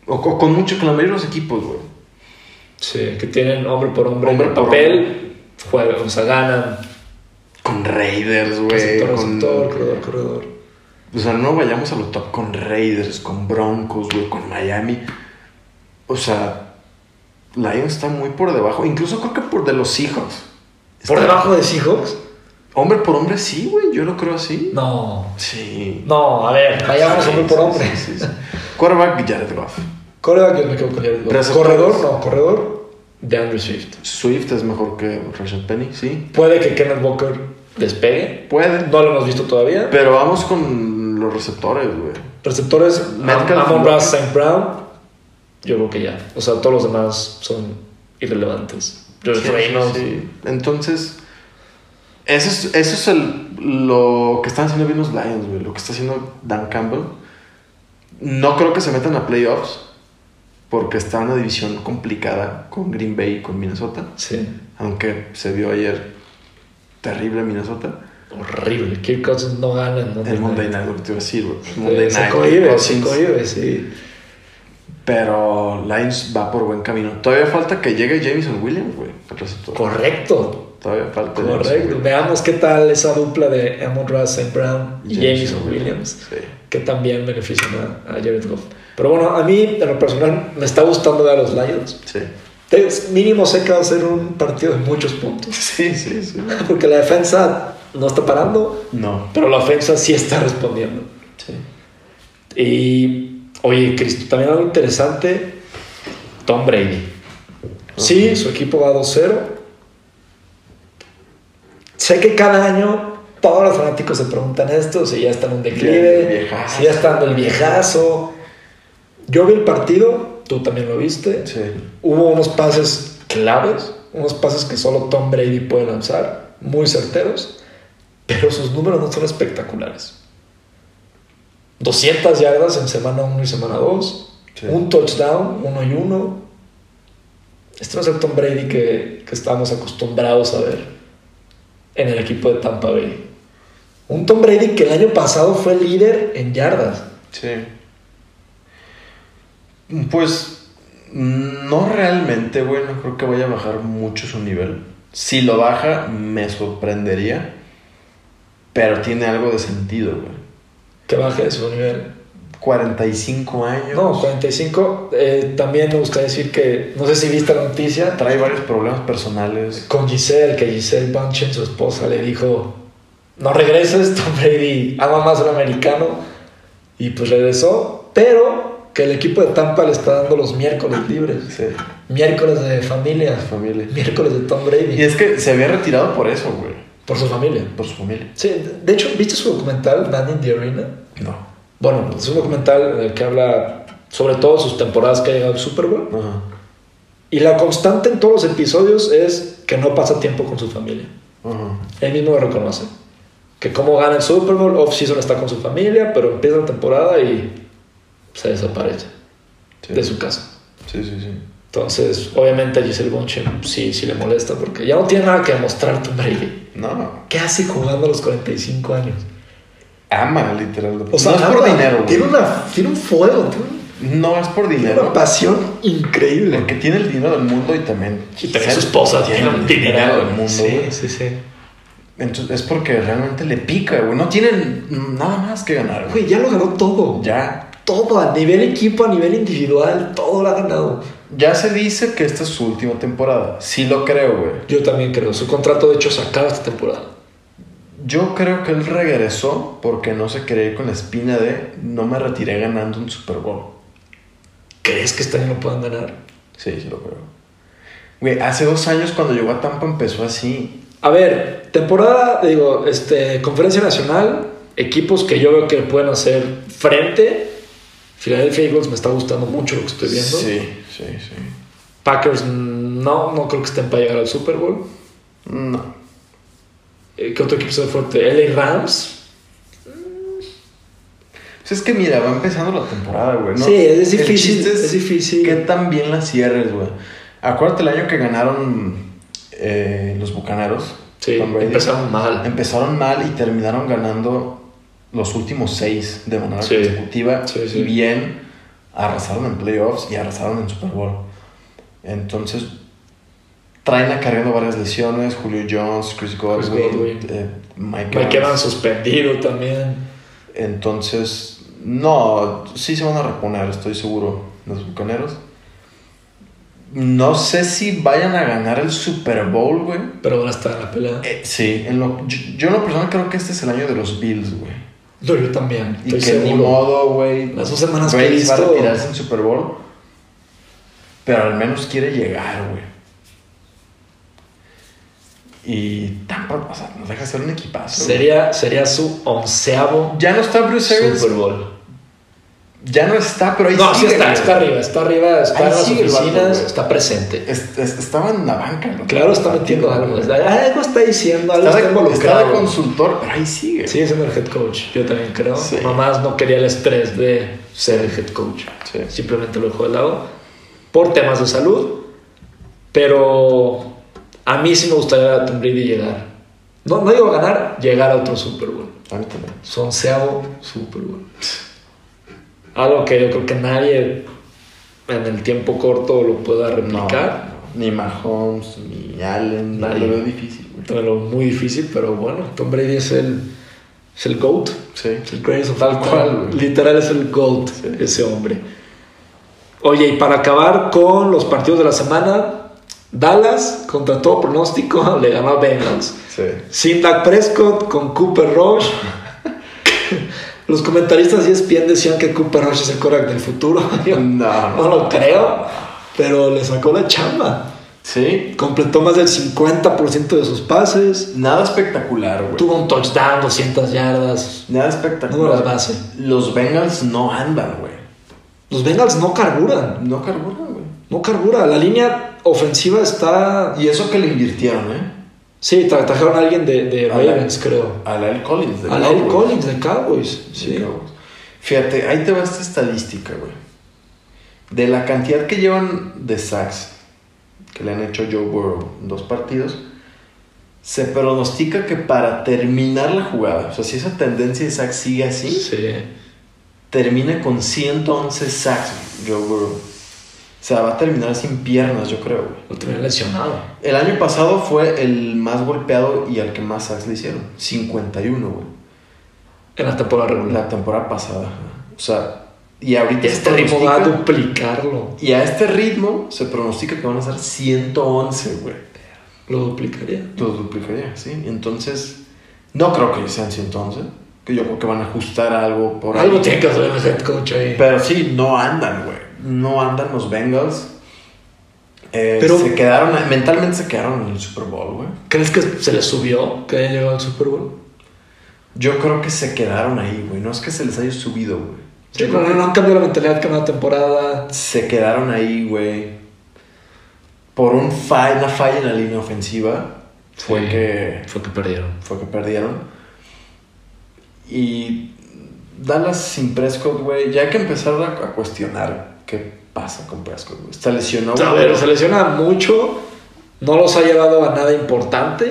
B: O, o con mucho, con la mayoría de los equipos, güey.
A: Sí, que tienen hombre por hombre,
B: Hombre
A: en
B: por
A: papel, juegan, o sea, ganan.
B: Con Raiders, güey.
A: Receptor,
B: Con...
A: receptor, corredor, corredor.
B: O sea, no vayamos a lo top con Raiders, con Broncos, güey, con Miami. O sea, Lions está muy por debajo. Incluso creo que por de los Seahawks.
A: ¿Por
B: Está-
A: debajo de Seahawks?
B: Hombre por hombre, sí, güey. Yo lo creo así.
A: No.
B: Sí.
A: No, a ver, vayamos
B: Sí,
A: hombre por
B: sí,
A: hombre.
B: Sí, sí, sí. Quarterback, Jared Goff.
A: Coreback, yo me quedo con Jared Goff.
B: Receptores.
A: Corredor, no, corredor, DeAndre Swift.
B: Swift es mejor que Rashad Penny, sí.
A: Puede que Kenneth Walker despegue.
B: Puede.
A: No lo hemos visto todavía.
B: Pero vamos con los receptores, güey.
A: Receptores,
B: Metcalf,
A: Amon Ross,
B: Walker.
A: Saint Brown. Yo creo que ya. O sea, todos los demás son irrelevantes. George
B: Sí,
A: Reynolds.
B: sí. Entonces, eso es, eso es el, lo que están haciendo bien los Lions, güey. Lo que está haciendo Dan Campbell. No creo que se metan a playoffs porque está en una división complicada con Green Bay y con Minnesota.
A: Sí.
B: Aunque se vio ayer terrible Minnesota.
A: Horrible. Kirk Cousins no gana en Monday
B: El Monday
A: Night.
B: Night, lo que te iba a decir, güey. El
A: Sí,
B: Monday
A: se
B: Night.
A: cohibe,
B: Cousins.
A: se cohibe, sí.
B: Pero Lions va por buen camino. Todavía falta que llegue Jameson Williams, güey. El receptor.
A: Correcto.
B: Todavía falta.
A: Correcto. Veamos qué tal esa dupla de Amon Ross, Saint Brown y
B: Jameson
A: Jameson Williams.
B: Sí.
A: Que también benefician a, a Jared Goff. Pero bueno, a mí, en lo personal, me está gustando ver a los Lions.
B: Sí.
A: Te- Mínimo sé que va a ser un partido de muchos puntos.
B: Sí, sí, sí.
A: Porque la defensa no está parando,
B: No.
A: pero la ofensa sí está respondiendo.
B: Sí.
A: Y, oye, Cristo, también algo interesante, Tom Brady. Sí, su equipo va dos cero. Sé que cada año todos los fanáticos se preguntan esto, si ya está en un
B: El
A: declive,
B: viejazo.
A: si ya está en el viejazo. Yo vi el partido, tú también lo viste.
B: Sí.
A: Hubo unos pases claves, unos pases que solo Tom Brady puede lanzar, muy certeros, pero sus números no son espectaculares. doscientas yardas en semana uno y semana dos,
B: Sí.
A: un touchdown, uno y uno. Este no es el Tom Brady que, que estábamos acostumbrados a ver en el equipo de Tampa Bay. Un Tom Brady que el año pasado fue líder en yardas.
B: Sí. Pues no realmente, güey. No creo que vaya a bajar mucho su nivel. Si lo baja, me sorprendería. Pero tiene algo de sentido, güey.
A: Que baje su nivel.
B: cuarenta y cinco años.
A: No, cuarenta y cinco. Eh, también me gustaría decir que, no sé si viste la noticia,
B: Trae varios problemas personales.
A: con Giselle, que Giselle Bündchen, su esposa, le dijo, no regreses, Tom Brady ama más al americano. Y pues regresó, pero que el equipo de Tampa le está dando los miércoles libres.
B: Sí.
A: Miércoles de familia.
B: Familia.
A: Miércoles de Tom
B: Y
A: Brady.
B: es que se había retirado por eso, güey.
A: Por su familia.
B: Por su familia.
A: Sí, de hecho, ¿viste su documental, Man in the Arena?
B: No.
A: Bueno, es un documental en el que habla sobre todo sus temporadas que ha llegado al Super Bowl.
B: Ajá.
A: Y la constante en todos los episodios es que no pasa tiempo con su familia.
B: Ajá.
A: Él mismo lo reconoce. Que como gana el Super Bowl, off-season está con su familia, pero empieza la temporada y se desaparece
B: Sí.
A: de su casa.
B: Sí, sí, sí.
A: Entonces, obviamente a Giselle Bündchen sí, sí le molesta porque ya no tiene nada que demostrar Tom Brady.
B: No.
A: ¿Qué hace jugando a los cuarenta y cinco años?
B: Ama, literal.
A: O sea,
B: no es por
A: ama,
B: dinero, güey.
A: tiene, una, tiene un fuego, tiene, un-
B: No es por
A: tiene
B: dinero.
A: una pasión increíble.
B: Porque tiene el dinero del mundo y también.
A: Y también su esposa tiene un dinero
B: del mundo.
A: Sí,
B: güey.
A: sí, sí.
B: Entonces es porque realmente le pica, güey. No tienen nada más que ganar, güey.
A: Güey, ya lo ganó todo.
B: Ya.
A: Todo, a nivel equipo, a nivel individual, todo lo ha ganado.
B: Ya se dice que esta es su última temporada. Sí lo creo, güey.
A: Yo también creo. Su contrato, de hecho, se acaba esta temporada.
B: Yo creo que él regresó porque no se quería ir con la espina de no me retiré ganando un Super Bowl.
A: ¿Crees que este año lo puedan ganar?
B: Sí, sí lo creo. Güey, hace dos años cuando llegó a Tampa empezó así.
A: A ver, temporada, digo, este, conferencia nacional, equipos que yo veo que pueden hacer frente. Philadelphia Eagles me está gustando mucho lo que estoy viendo.
B: Sí, sí, sí.
A: Packers no, no creo que estén para llegar al Super Bowl.
B: No.
A: Eh, ¿Qué otro equipo se ve fuerte? L A Rams.
B: Pues es que mira, va empezando la temporada, güey. ¿no?
A: Sí, es
B: El
A: difícil,
B: chiste
A: es difícil.
B: Que tan bien la cierres, güey. Acuérdate el año que ganaron eh, los Bucaneros.
A: Sí,
B: Tom Brady.
A: empezaron mal.
B: Empezaron mal y terminaron ganando los últimos seis de manera
A: Sí.
B: consecutiva
A: Sí, sí.
B: y bien arrasaron en playoffs y arrasaron en Super Bowl. Entonces, traen acarreando varias lesiones. Julio Jones, Chris Godwin,
A: Chris Godwin.
B: Eh, Mike,
A: Mike Evans suspendido también.
B: Entonces, no, sí se van a reponer, estoy seguro, los Bucaneros. No sé si vayan a ganar el Super Bowl, güey.
A: Pero van a estar en la pelea.
B: Eh, sí, en lo, yo, yo en lo personal creo que este es el año de los Bills, güey.
A: No, yo también.
B: Y
A: Estoy
B: que
A: seguro.
B: ni modo, güey.
A: Las dos semanas que he
B: Brady va a
A: visto.
B: retirarse en Super Bowl. Pero al menos quiere llegar, güey. Y Tampa, o sea, nos deja ser un equipazo.
A: Sería, sería su onceavo
B: Ya no está Bruce Arians.
A: Super Bowl.
B: Ya no está, pero ahí
A: No,
B: sigue.
A: sí está,
B: güey.
A: está arriba, está arriba, está
B: Ahí
A: en las
B: sigue el vato,
A: oficinas,
B: güey.
A: está presente.
B: Es- es- estaba en la banca, ¿no?
A: Claro, está metiendo algo. Algo está diciendo, algo
B: Está
A: está,
B: de, está
A: involucrado.
B: de consultor, pero ahí sigue.
A: Sigue siendo el head coach, yo también creo.
B: Sí.
A: Nomás no quería el estrés de ser el head coach.
B: Sí.
A: Simplemente lo dejó de lado por temas de salud. Pero a mí sí me gustaría a Tom Brady llegar. No, no digo ganar, llegar a otro Super Bowl.
B: A mí también.
A: Su onceavo Super Bowl. Algo que yo creo que nadie en el tiempo corto lo pueda replicar.
B: No, ni Mahomes, ni Allen.
A: Nadie.
B: Lo veo difícil, güey.
A: También lo muy difícil, pero bueno, Tom Brady es el, es el GOAT.
B: Sí.
A: Es el greatest of
B: Tal
A: all time.
B: cual, güey.
A: Literal es el GOAT,
B: Sí.
A: ese hombre. Oye, y para acabar con los partidos de la semana, Dallas, contra todo pronóstico, le ganó a Bengals.
B: Sí.
A: Sin Dak Prescott, con Cooper Rush. Los comentaristas de E S P N decían que Cooper Rush es el quarterback del futuro. Yo
B: No,
A: no lo creo, pero le sacó la chamba.
B: Sí.
A: Completó más del cincuenta por ciento de sus pases.
B: Nada espectacular, güey.
A: Tuvo un touchdown, doscientas yardas.
B: Nada espectacular.
A: Números base.
B: Los Bengals no andan, güey.
A: Los Bengals no carburan.
B: No carburan, güey.
A: No carbura. La línea ofensiva está...
B: Y eso que le invirtieron, ¿eh?
A: Sí, tra- trajeron a alguien de, de
B: A la-
A: Ravens, creo.
B: A la L. Collins. de
A: A La'el
B: Cowboys.
A: Collins de Cowboys. Sí.
B: De Cowboys. Fíjate, ahí te va esta estadística, güey. De la cantidad que llevan de sacks que le han hecho Joe Burrow en dos partidos, se pronostica que para terminar la jugada, o sea, si esa tendencia de sacks sigue así,
A: Sí.
B: termina con ciento once sacks Joe Burrow. O sea, va a terminar sin piernas, yo creo, güey.
A: Lo tenía lesionado.
B: El año pasado fue el más golpeado y al que más sacks le hicieron. cincuenta y uno, güey.
A: En la temporada regular.
B: La temporada pasada. ajá. O sea, y ahorita
A: Y
B: se
A: este ritmo va a
B: pronostica-
A: duplicarlo.
B: Y a este ritmo se pronostica que van a ser ciento once, güey.
A: Lo duplicaría.
B: Lo duplicaría, sí. Entonces, no creo que sean ciento once. Que yo creo que van a ajustar algo por ahí.
A: Algo tiene que hacer el head coach ahí.
B: Pero sí, no andan, güey. No andan los Bengals. Eh,
A: Pero-
B: se quedaron, mentalmente se quedaron en el Super Bowl, güey.
A: ¿Crees que se les subió que hayan llegado al Super Bowl?
B: Yo creo que se quedaron ahí, güey. No es que se les haya subido, güey.
A: Sí,
B: Yo
A: pero
B: creo
A: no, no han cambiado la mentalidad que en una temporada.
B: que se quedaron ahí, güey. Por un fall, una falla en la línea ofensiva. Fue
A: Sí.
B: que
A: Fue que perdieron.
B: fue que perdieron. Y Dallas sin Prescott, güey, ya hay que empezar a, a cuestionar qué pasa con Prescott, güey. Está lesionado.
A: A ver, se lesiona mucho. No los ha llevado a nada importante.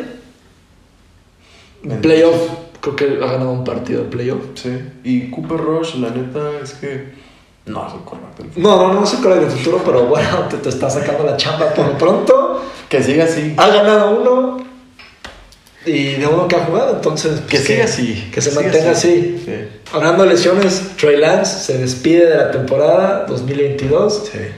A: En playoff, creo que ha ganado un partido de playoff.
B: Sí. Y Cooper Rush, la neta, es que no es el quarterback del futuro.
A: No, no, no sé cuál es el futuro, pero bueno, te, te está sacando la chamba por lo pronto.
B: Que siga así.
A: Ha ganado uno y de uno que ha jugado, entonces
B: Que
A: pues,
B: siga así.
A: Que se
B: siga
A: mantenga así.
B: Sí.
A: Hablando de lesiones, Trey Lance se despide de la temporada dos mil veintidós.
B: Sí.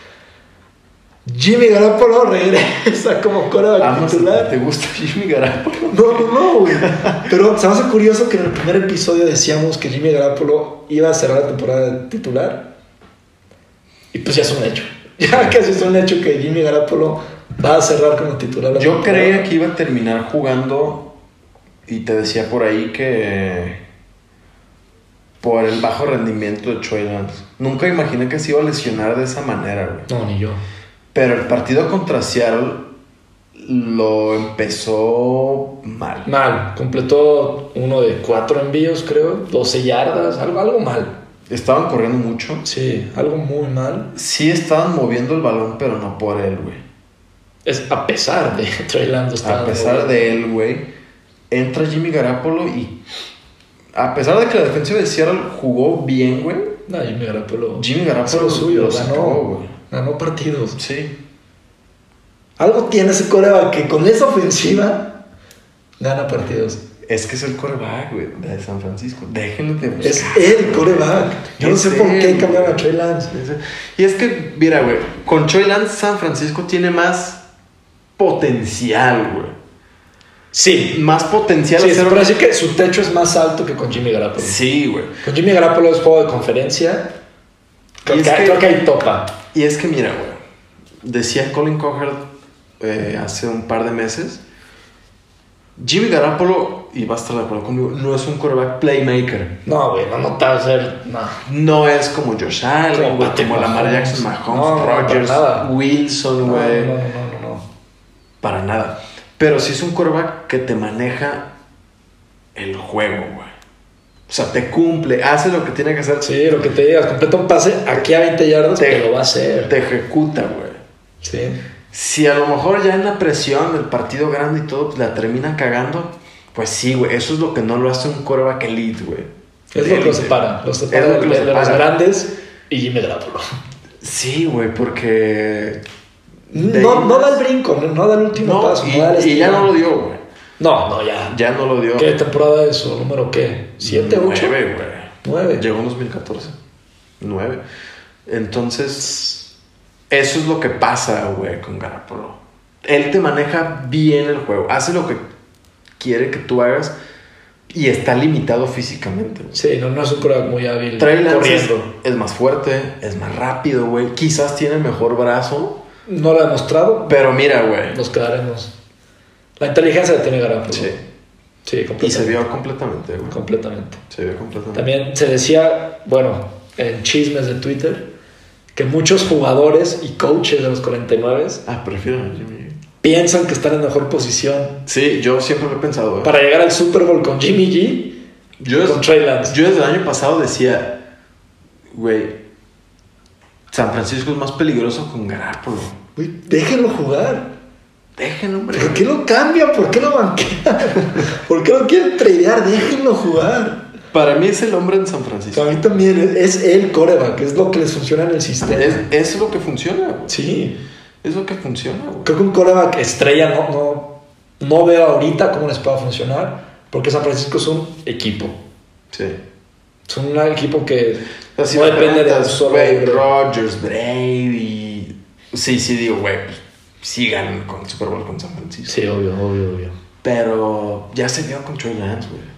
A: Jimmy Garoppolo regresa como quarterback
B: Vamos,
A: titular.
B: ¿te gusta Jimmy Garoppolo?
A: No, no, no, güey. Pero se me hace curioso que en el primer episodio decíamos que Jimmy Garoppolo iba a cerrar la temporada titular. Y pues ya es un hecho. Ya casi es un hecho que Jimmy Garoppolo va a cerrar como titular la
B: Yo
A: temporada.
B: creía que iba a terminar jugando y te decía por ahí que por el bajo rendimiento de Trey Lance. Nunca imaginé que se iba a lesionar de esa manera, güey.
A: No, ni yo.
B: Pero el partido contra Seattle lo empezó mal.
A: Mal. Completó uno de cuatro envíos, creo. doce yardas. Algo, algo mal.
B: Estaban corriendo mucho.
A: Sí, algo muy mal.
B: Sí estaban moviendo el balón, pero no por él, güey.
A: Es a pesar de Trey Lance.
B: A pesar de él, güey, entra Jimmy Garoppolo y a pesar de que la defensiva de Seattle jugó bien, güey,
A: No, Jimmy Garoppolo.
B: Jimmy Garoppolo
A: lo suyo,
B: lo
A: ganó,
B: sacó, güey.
A: ganó partidos.
B: Sí.
A: Algo tiene ese coreback que con esa ofensiva gana partidos.
B: Es que es el quarterback, güey, de San Francisco. Déjenlo de buscar.
A: Es el coreback. Yo no sé por qué cambiaron a Trey Lance.
B: Y es que, mira, güey, con Trey Lance San Francisco tiene más potencial, güey.
A: Sí.
B: Más potencial.
A: Sí,
B: de ser
A: pero así que su techo es más alto que con Jimmy Garoppolo.
B: Sí, güey.
A: Con Jimmy Garoppolo es juego de conferencia. Creo,
B: Y
A: que,
B: es que-
A: creo que ahí topa.
B: Y es que, mira, güey, decía Colin Cowherd eh, hace un par de meses, Jimmy Garoppolo, y va a estar de acuerdo conmigo, no es un quarterback playmaker.
A: No, güey, no notaba ser. No.
B: No es como Josh Allen,
A: Como
B: güey,
A: Patrick
B: como Lamar
A: Mahomes.
B: Jackson, Mahomes,
A: No, no,
B: Rodgers,
A: para nada.
B: Wilson,
A: No,
B: güey.
A: no, no, no, no, no.
B: Para nada. Pero sí es un quarterback que te maneja el juego, güey. O sea, te cumple, hace lo que tiene que hacer.
A: Sí, lo que te digas, completa un pase aquí a veinte yardas,
B: Te-
A: te lo va a hacer.
B: Te ejecuta, güey.
A: Sí.
B: Si a lo mejor ya en la presión, el partido grande y todo, pues la termina cagando, pues sí, güey. Eso es lo que no lo hace un quarterback elite, güey.
A: Es
B: De
A: lo que lo
B: élite.
A: separa. Los
B: Es
A: separa
B: lo que
A: de,
B: lo
A: de los
B: separa.
A: grandes y Jimmy Garoppolo.
B: Sí, güey, porque... de
A: No,
B: ahí
A: no
B: más-
A: da el brinco, no, no da el último
B: No,
A: paso.
B: y,
A: no da el
B: y ya
A: estirón.
B: no lo dio, güey.
A: No, no, ya.
B: Ya no lo dio.
A: ¿Qué temporada es eso? ¿Número qué? ¿Siete, ocho?
B: Nueve, güey.
A: Nueve.
B: Llegó en dos mil catorce. Nueve. Entonces, eso es lo que pasa, güey, con Garoppolo. Él te maneja bien el juego. Hace lo que quiere que tú hagas y está limitado físicamente, güey.
A: Sí, no, no es un coreback muy hábil
B: Trey Lance
A: corriendo.
B: es, es más fuerte, es más rápido, güey. Quizás tiene mejor brazo.
A: No lo ha demostrado.
B: Pero mira, güey.
A: Nos quedaremos. La inteligencia la tiene Garoppolo.
B: Sí.
A: Sí, completamente.
B: Y se vio completamente, güey.
A: Completamente.
B: Se vio completamente.
A: También se decía, bueno, en chismes de Twitter, que muchos jugadores y coaches de los cuarenta y nueve
B: Ah, prefiero a Jimmy.
A: piensan que están en mejor posición
B: Sí, yo siempre lo he pensado, güey.
A: para llegar al Super Bowl con Jimmy G
B: Yo,
A: y con Trey Lance.
B: yo desde el año pasado decía, güey, San Francisco es más peligroso con Garoppolo.
A: Güey, déjenlo jugar.
B: Déjenlo, hombre.
A: ¿Por qué lo cambian? ¿Por qué lo banquean? ¿Por qué lo quieren tradear? Déjenlo jugar.
B: Para mí es el hombre en San Francisco.
A: A mí también es el coreback, es lo que les funciona en el sistema.
B: Es, es lo que funciona, güey.
A: Sí.
B: Es lo que funciona, güey.
A: Creo que un coreback estrella no, no, no veo ahorita cómo les pueda funcionar, porque San Francisco es un equipo.
B: Sí.
A: Es un equipo que
B: O sea, si
A: no
B: me
A: depende de un
B: preguntas,
A: solo
B: güey,
A: hombre.
B: Rodgers, Brady. Sí, sí, digo, güey, pues, sí ganan con el Super Bowl con San Francisco.
A: Sí, obvio, obvio, obvio.
B: Pero ya se vio con Trey Lance, güey.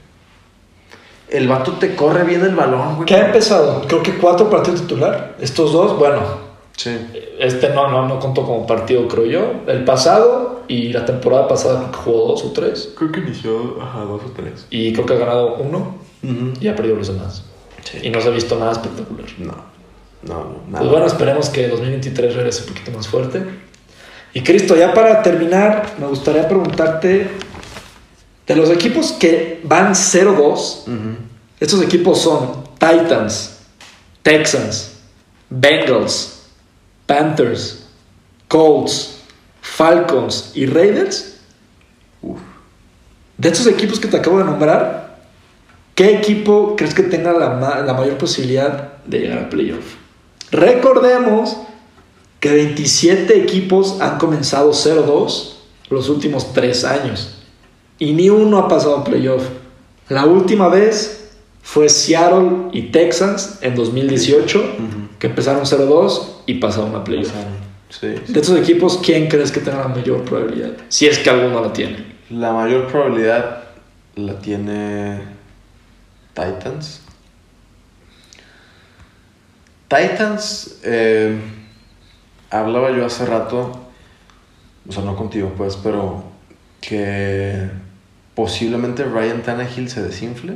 B: El vato te corre bien el balón, güey.
A: ¿Qué ha empezado? Creo que cuatro partidos titular. Estos dos, bueno,
B: Sí.
A: este no, no, no contó como partido, creo yo. El pasado y la temporada pasada creo que jugó dos o tres.
B: Creo que inició, ajá, dos o tres.
A: Y creo que ha ganado uno
B: Uh
A: y ha perdido los demás.
B: Sí.
A: Y no se ha visto nada espectacular.
B: No, no, no, nada.
A: Pues bueno, esperemos que dos mil veintitrés regrese un poquito más fuerte. Y Cristo, ya para terminar, me gustaría preguntarte, de los equipos que van cero dos,
B: Ujú.
A: estos equipos son Titans, Texans, Bengals, Panthers, Colts, Falcons y Raiders.
B: Uf.
A: De estos equipos que te acabo de nombrar, ¿qué equipo crees que tenga la, ma- la mayor posibilidad de llegar a playoff? Recordemos que veintisiete equipos han comenzado cero dos los últimos tres años y ni uno ha pasado a playoff. La última vez fue Seattle y Texans en dos mil dieciocho,
B: Ujú.
A: que empezaron cero dos y pasaron a playoff.
B: Sí, sí.
A: De estos equipos, ¿quién crees que tenga la mayor probabilidad? Si es que alguno la tiene.
B: La mayor probabilidad la tiene Titans. Titans, eh, hablaba yo hace rato, o sea, no contigo pues, pero que posiblemente Ryan Tannehill se desinfle.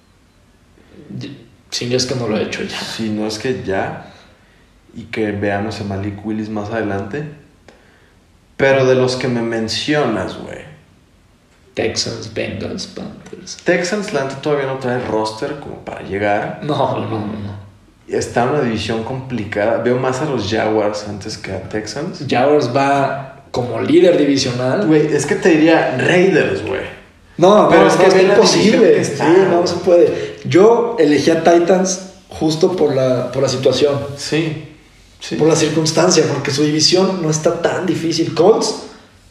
A: Si es que no lo ha hecho ya.
B: Si no es que ya, y que veamos a Malik Willis más adelante. Pero de los que me mencionas, güey,
A: Texans, Bengals, Panthers.
B: Texans, la neta todavía no trae roster como para llegar.
A: No, no, no, no.
B: Está en una división complicada. Veo más a los Jaguars antes que a Texans.
A: Jaguars va como líder divisional.
B: Güey, es que te diría Raiders, güey.
A: No,
B: Pero
A: no,
B: es
A: no,
B: que
A: es
B: ve la división
A: imposible.
B: que
A: Sí,
B: está.
A: no se puede. Yo elegí a Titans justo por la, por la situación,
B: Sí, sí.
A: por la circunstancia, porque su división no está tan difícil. Colts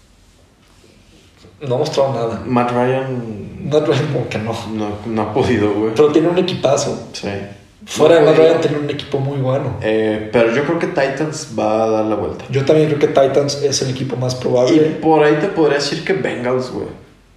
A: no ha mostrado nada.
B: Matt Ryan
A: Matt Ryan como que no.
B: no, no ha podido, güey.
A: Pero tiene un equipazo.
B: Sí.
A: Fuera
B: No
A: de Matt
B: podía.
A: Ryan tiene un equipo muy bueno.
B: Eh, pero yo creo que Titans va a dar la vuelta.
A: Yo también creo que Titans es el equipo más
B: Y
A: probable.
B: por ahí te podría decir que Bengals, güey.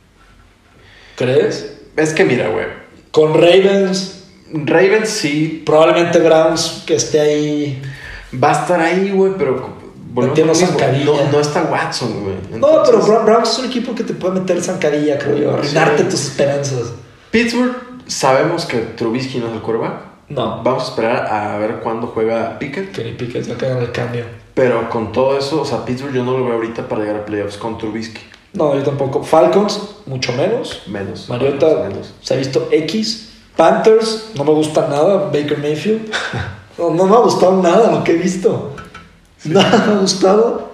A: ¿Crees?
B: Es que mira, güey.
A: Con Ravens,
B: Ravens sí
A: probablemente Browns que esté ahí.
B: va a estar ahí, güey, pero volvemos
A: Metiendo
B: a lo mismo.
A: zancadilla.
B: No, no está Watson, güey.
A: No, pero
B: Entonces,
A: Bra- Browns es un equipo que te puede meter zancadilla, creo yo. Arruinarte
B: Sí.
A: tus esperanzas.
B: Pittsburgh, sabemos que Trubisky no es el quarterback.
A: No.
B: Vamos a esperar a ver cuándo juega Pickett.
A: Kenny Pickett va a caer en el cambio.
B: Pero con todo eso, o sea, Pittsburgh yo no lo veo ahorita para llegar a playoffs con Trubisky.
A: No, yo tampoco. Falcons, mucho menos.
B: Menos.
A: Mariota
B: menos.
A: se ha visto X. Panthers, no me gusta nada. Baker Mayfield. No, no me ha gustado nada lo que he visto. Nada me ha gustado.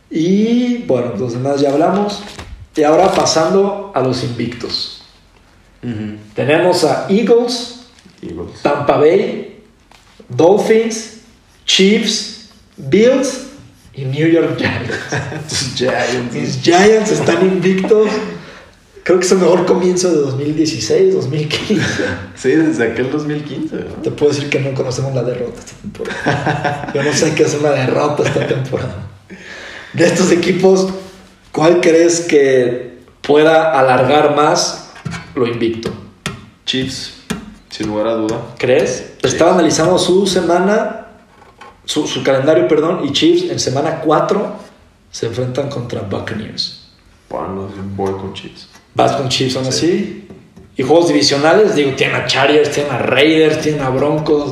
A: Y bueno, los demás ya hablamos. Y ahora pasando a los invictos.
B: Ujú.
A: Tenemos a Eagles,
B: Eagles.
A: Tampa Bay, Dolphins, Chiefs, Bills y New York Giants.
B: Tus Giants.
A: Mis Giants están invictos. Creo que es el mejor comienzo de dos mil dieciséis, dos mil quince.
B: Sí, desde aquel dos mil quince, ¿no?
A: Te puedo decir que no conocemos la derrota esta temporada. Yo no sé qué es una derrota esta temporada. De estos equipos, ¿cuál crees que pueda alargar más lo invicto?
B: Chiefs, sin lugar a duda.
A: ¿Crees? Estaba analizando su semana, su, su calendario, perdón, y Chiefs en semana cuatro se enfrentan contra Buccaneers.
B: Bueno, voy con Chiefs.
A: Vas con Chiefs aún así. Y juegos divisionales, digo, tienen a Chargers, tienen a Raiders, tienen a Broncos.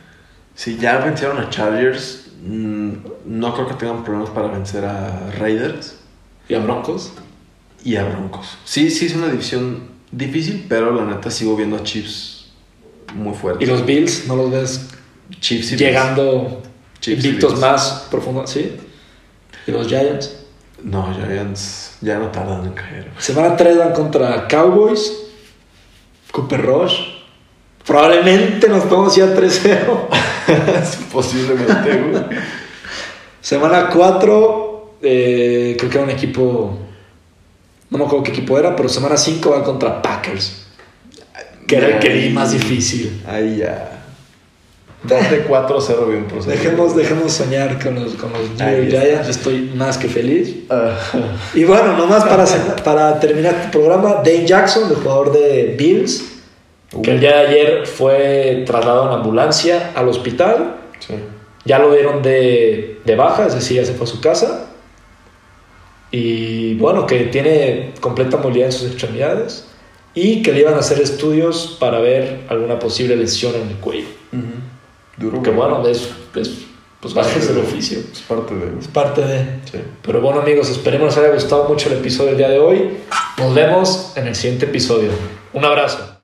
B: Si ya vencieron a Chargers, mmm, no creo que tengan problemas para vencer a Raiders
A: ¿Y a Broncos?
B: y a Broncos. Sí, sí es una división difícil, pero la neta sigo viendo a Chiefs muy fuertes.
A: ¿Y los Bills? ¿No los ves
B: Chiefs y
A: llegando
B: Chiefs y
A: invictos
B: Bills.
A: más profundos? ¿Sí? ¿Y los Giants?
B: Bills. No, Giants ya no tardan en caer.
A: Semana tres van contra Cowboys, Cooper Rush. Probablemente nos podemos ir a tres cero.
B: Posiblemente, güey.
A: Semana cuatro, eh, creo que era un equipo. No me acuerdo qué equipo era, pero semana cinco van contra Packers. Que era el que vi más difícil.
B: Ahí ya. Date cuatro cero bien procedido.
A: Dejemos, dejemos soñar con los, con los New York
B: Ahí está.
A: Giants. Estoy más que feliz.
B: Ah,
A: Y bueno, nomás para, para terminar el programa, Dane Jackson, el jugador de Bills, que el día de ayer fue trasladado en ambulancia al hospital.
B: sí.
A: Ya lo dieron de, de baja, es decir, ya se fue a su casa. Y bueno, que tiene completa movilidad en sus extremidades. Y que le iban a hacer estudios para ver alguna posible lesión en el cuello.
B: Duro,
A: Que
B: güey.
A: bueno, es, es pues gajes del oficio.
B: Es parte de.
A: Es parte de...
B: Sí.
A: Pero bueno, amigos, esperemos les haya gustado mucho el episodio del día de hoy. Nos vemos en el siguiente episodio. Un abrazo.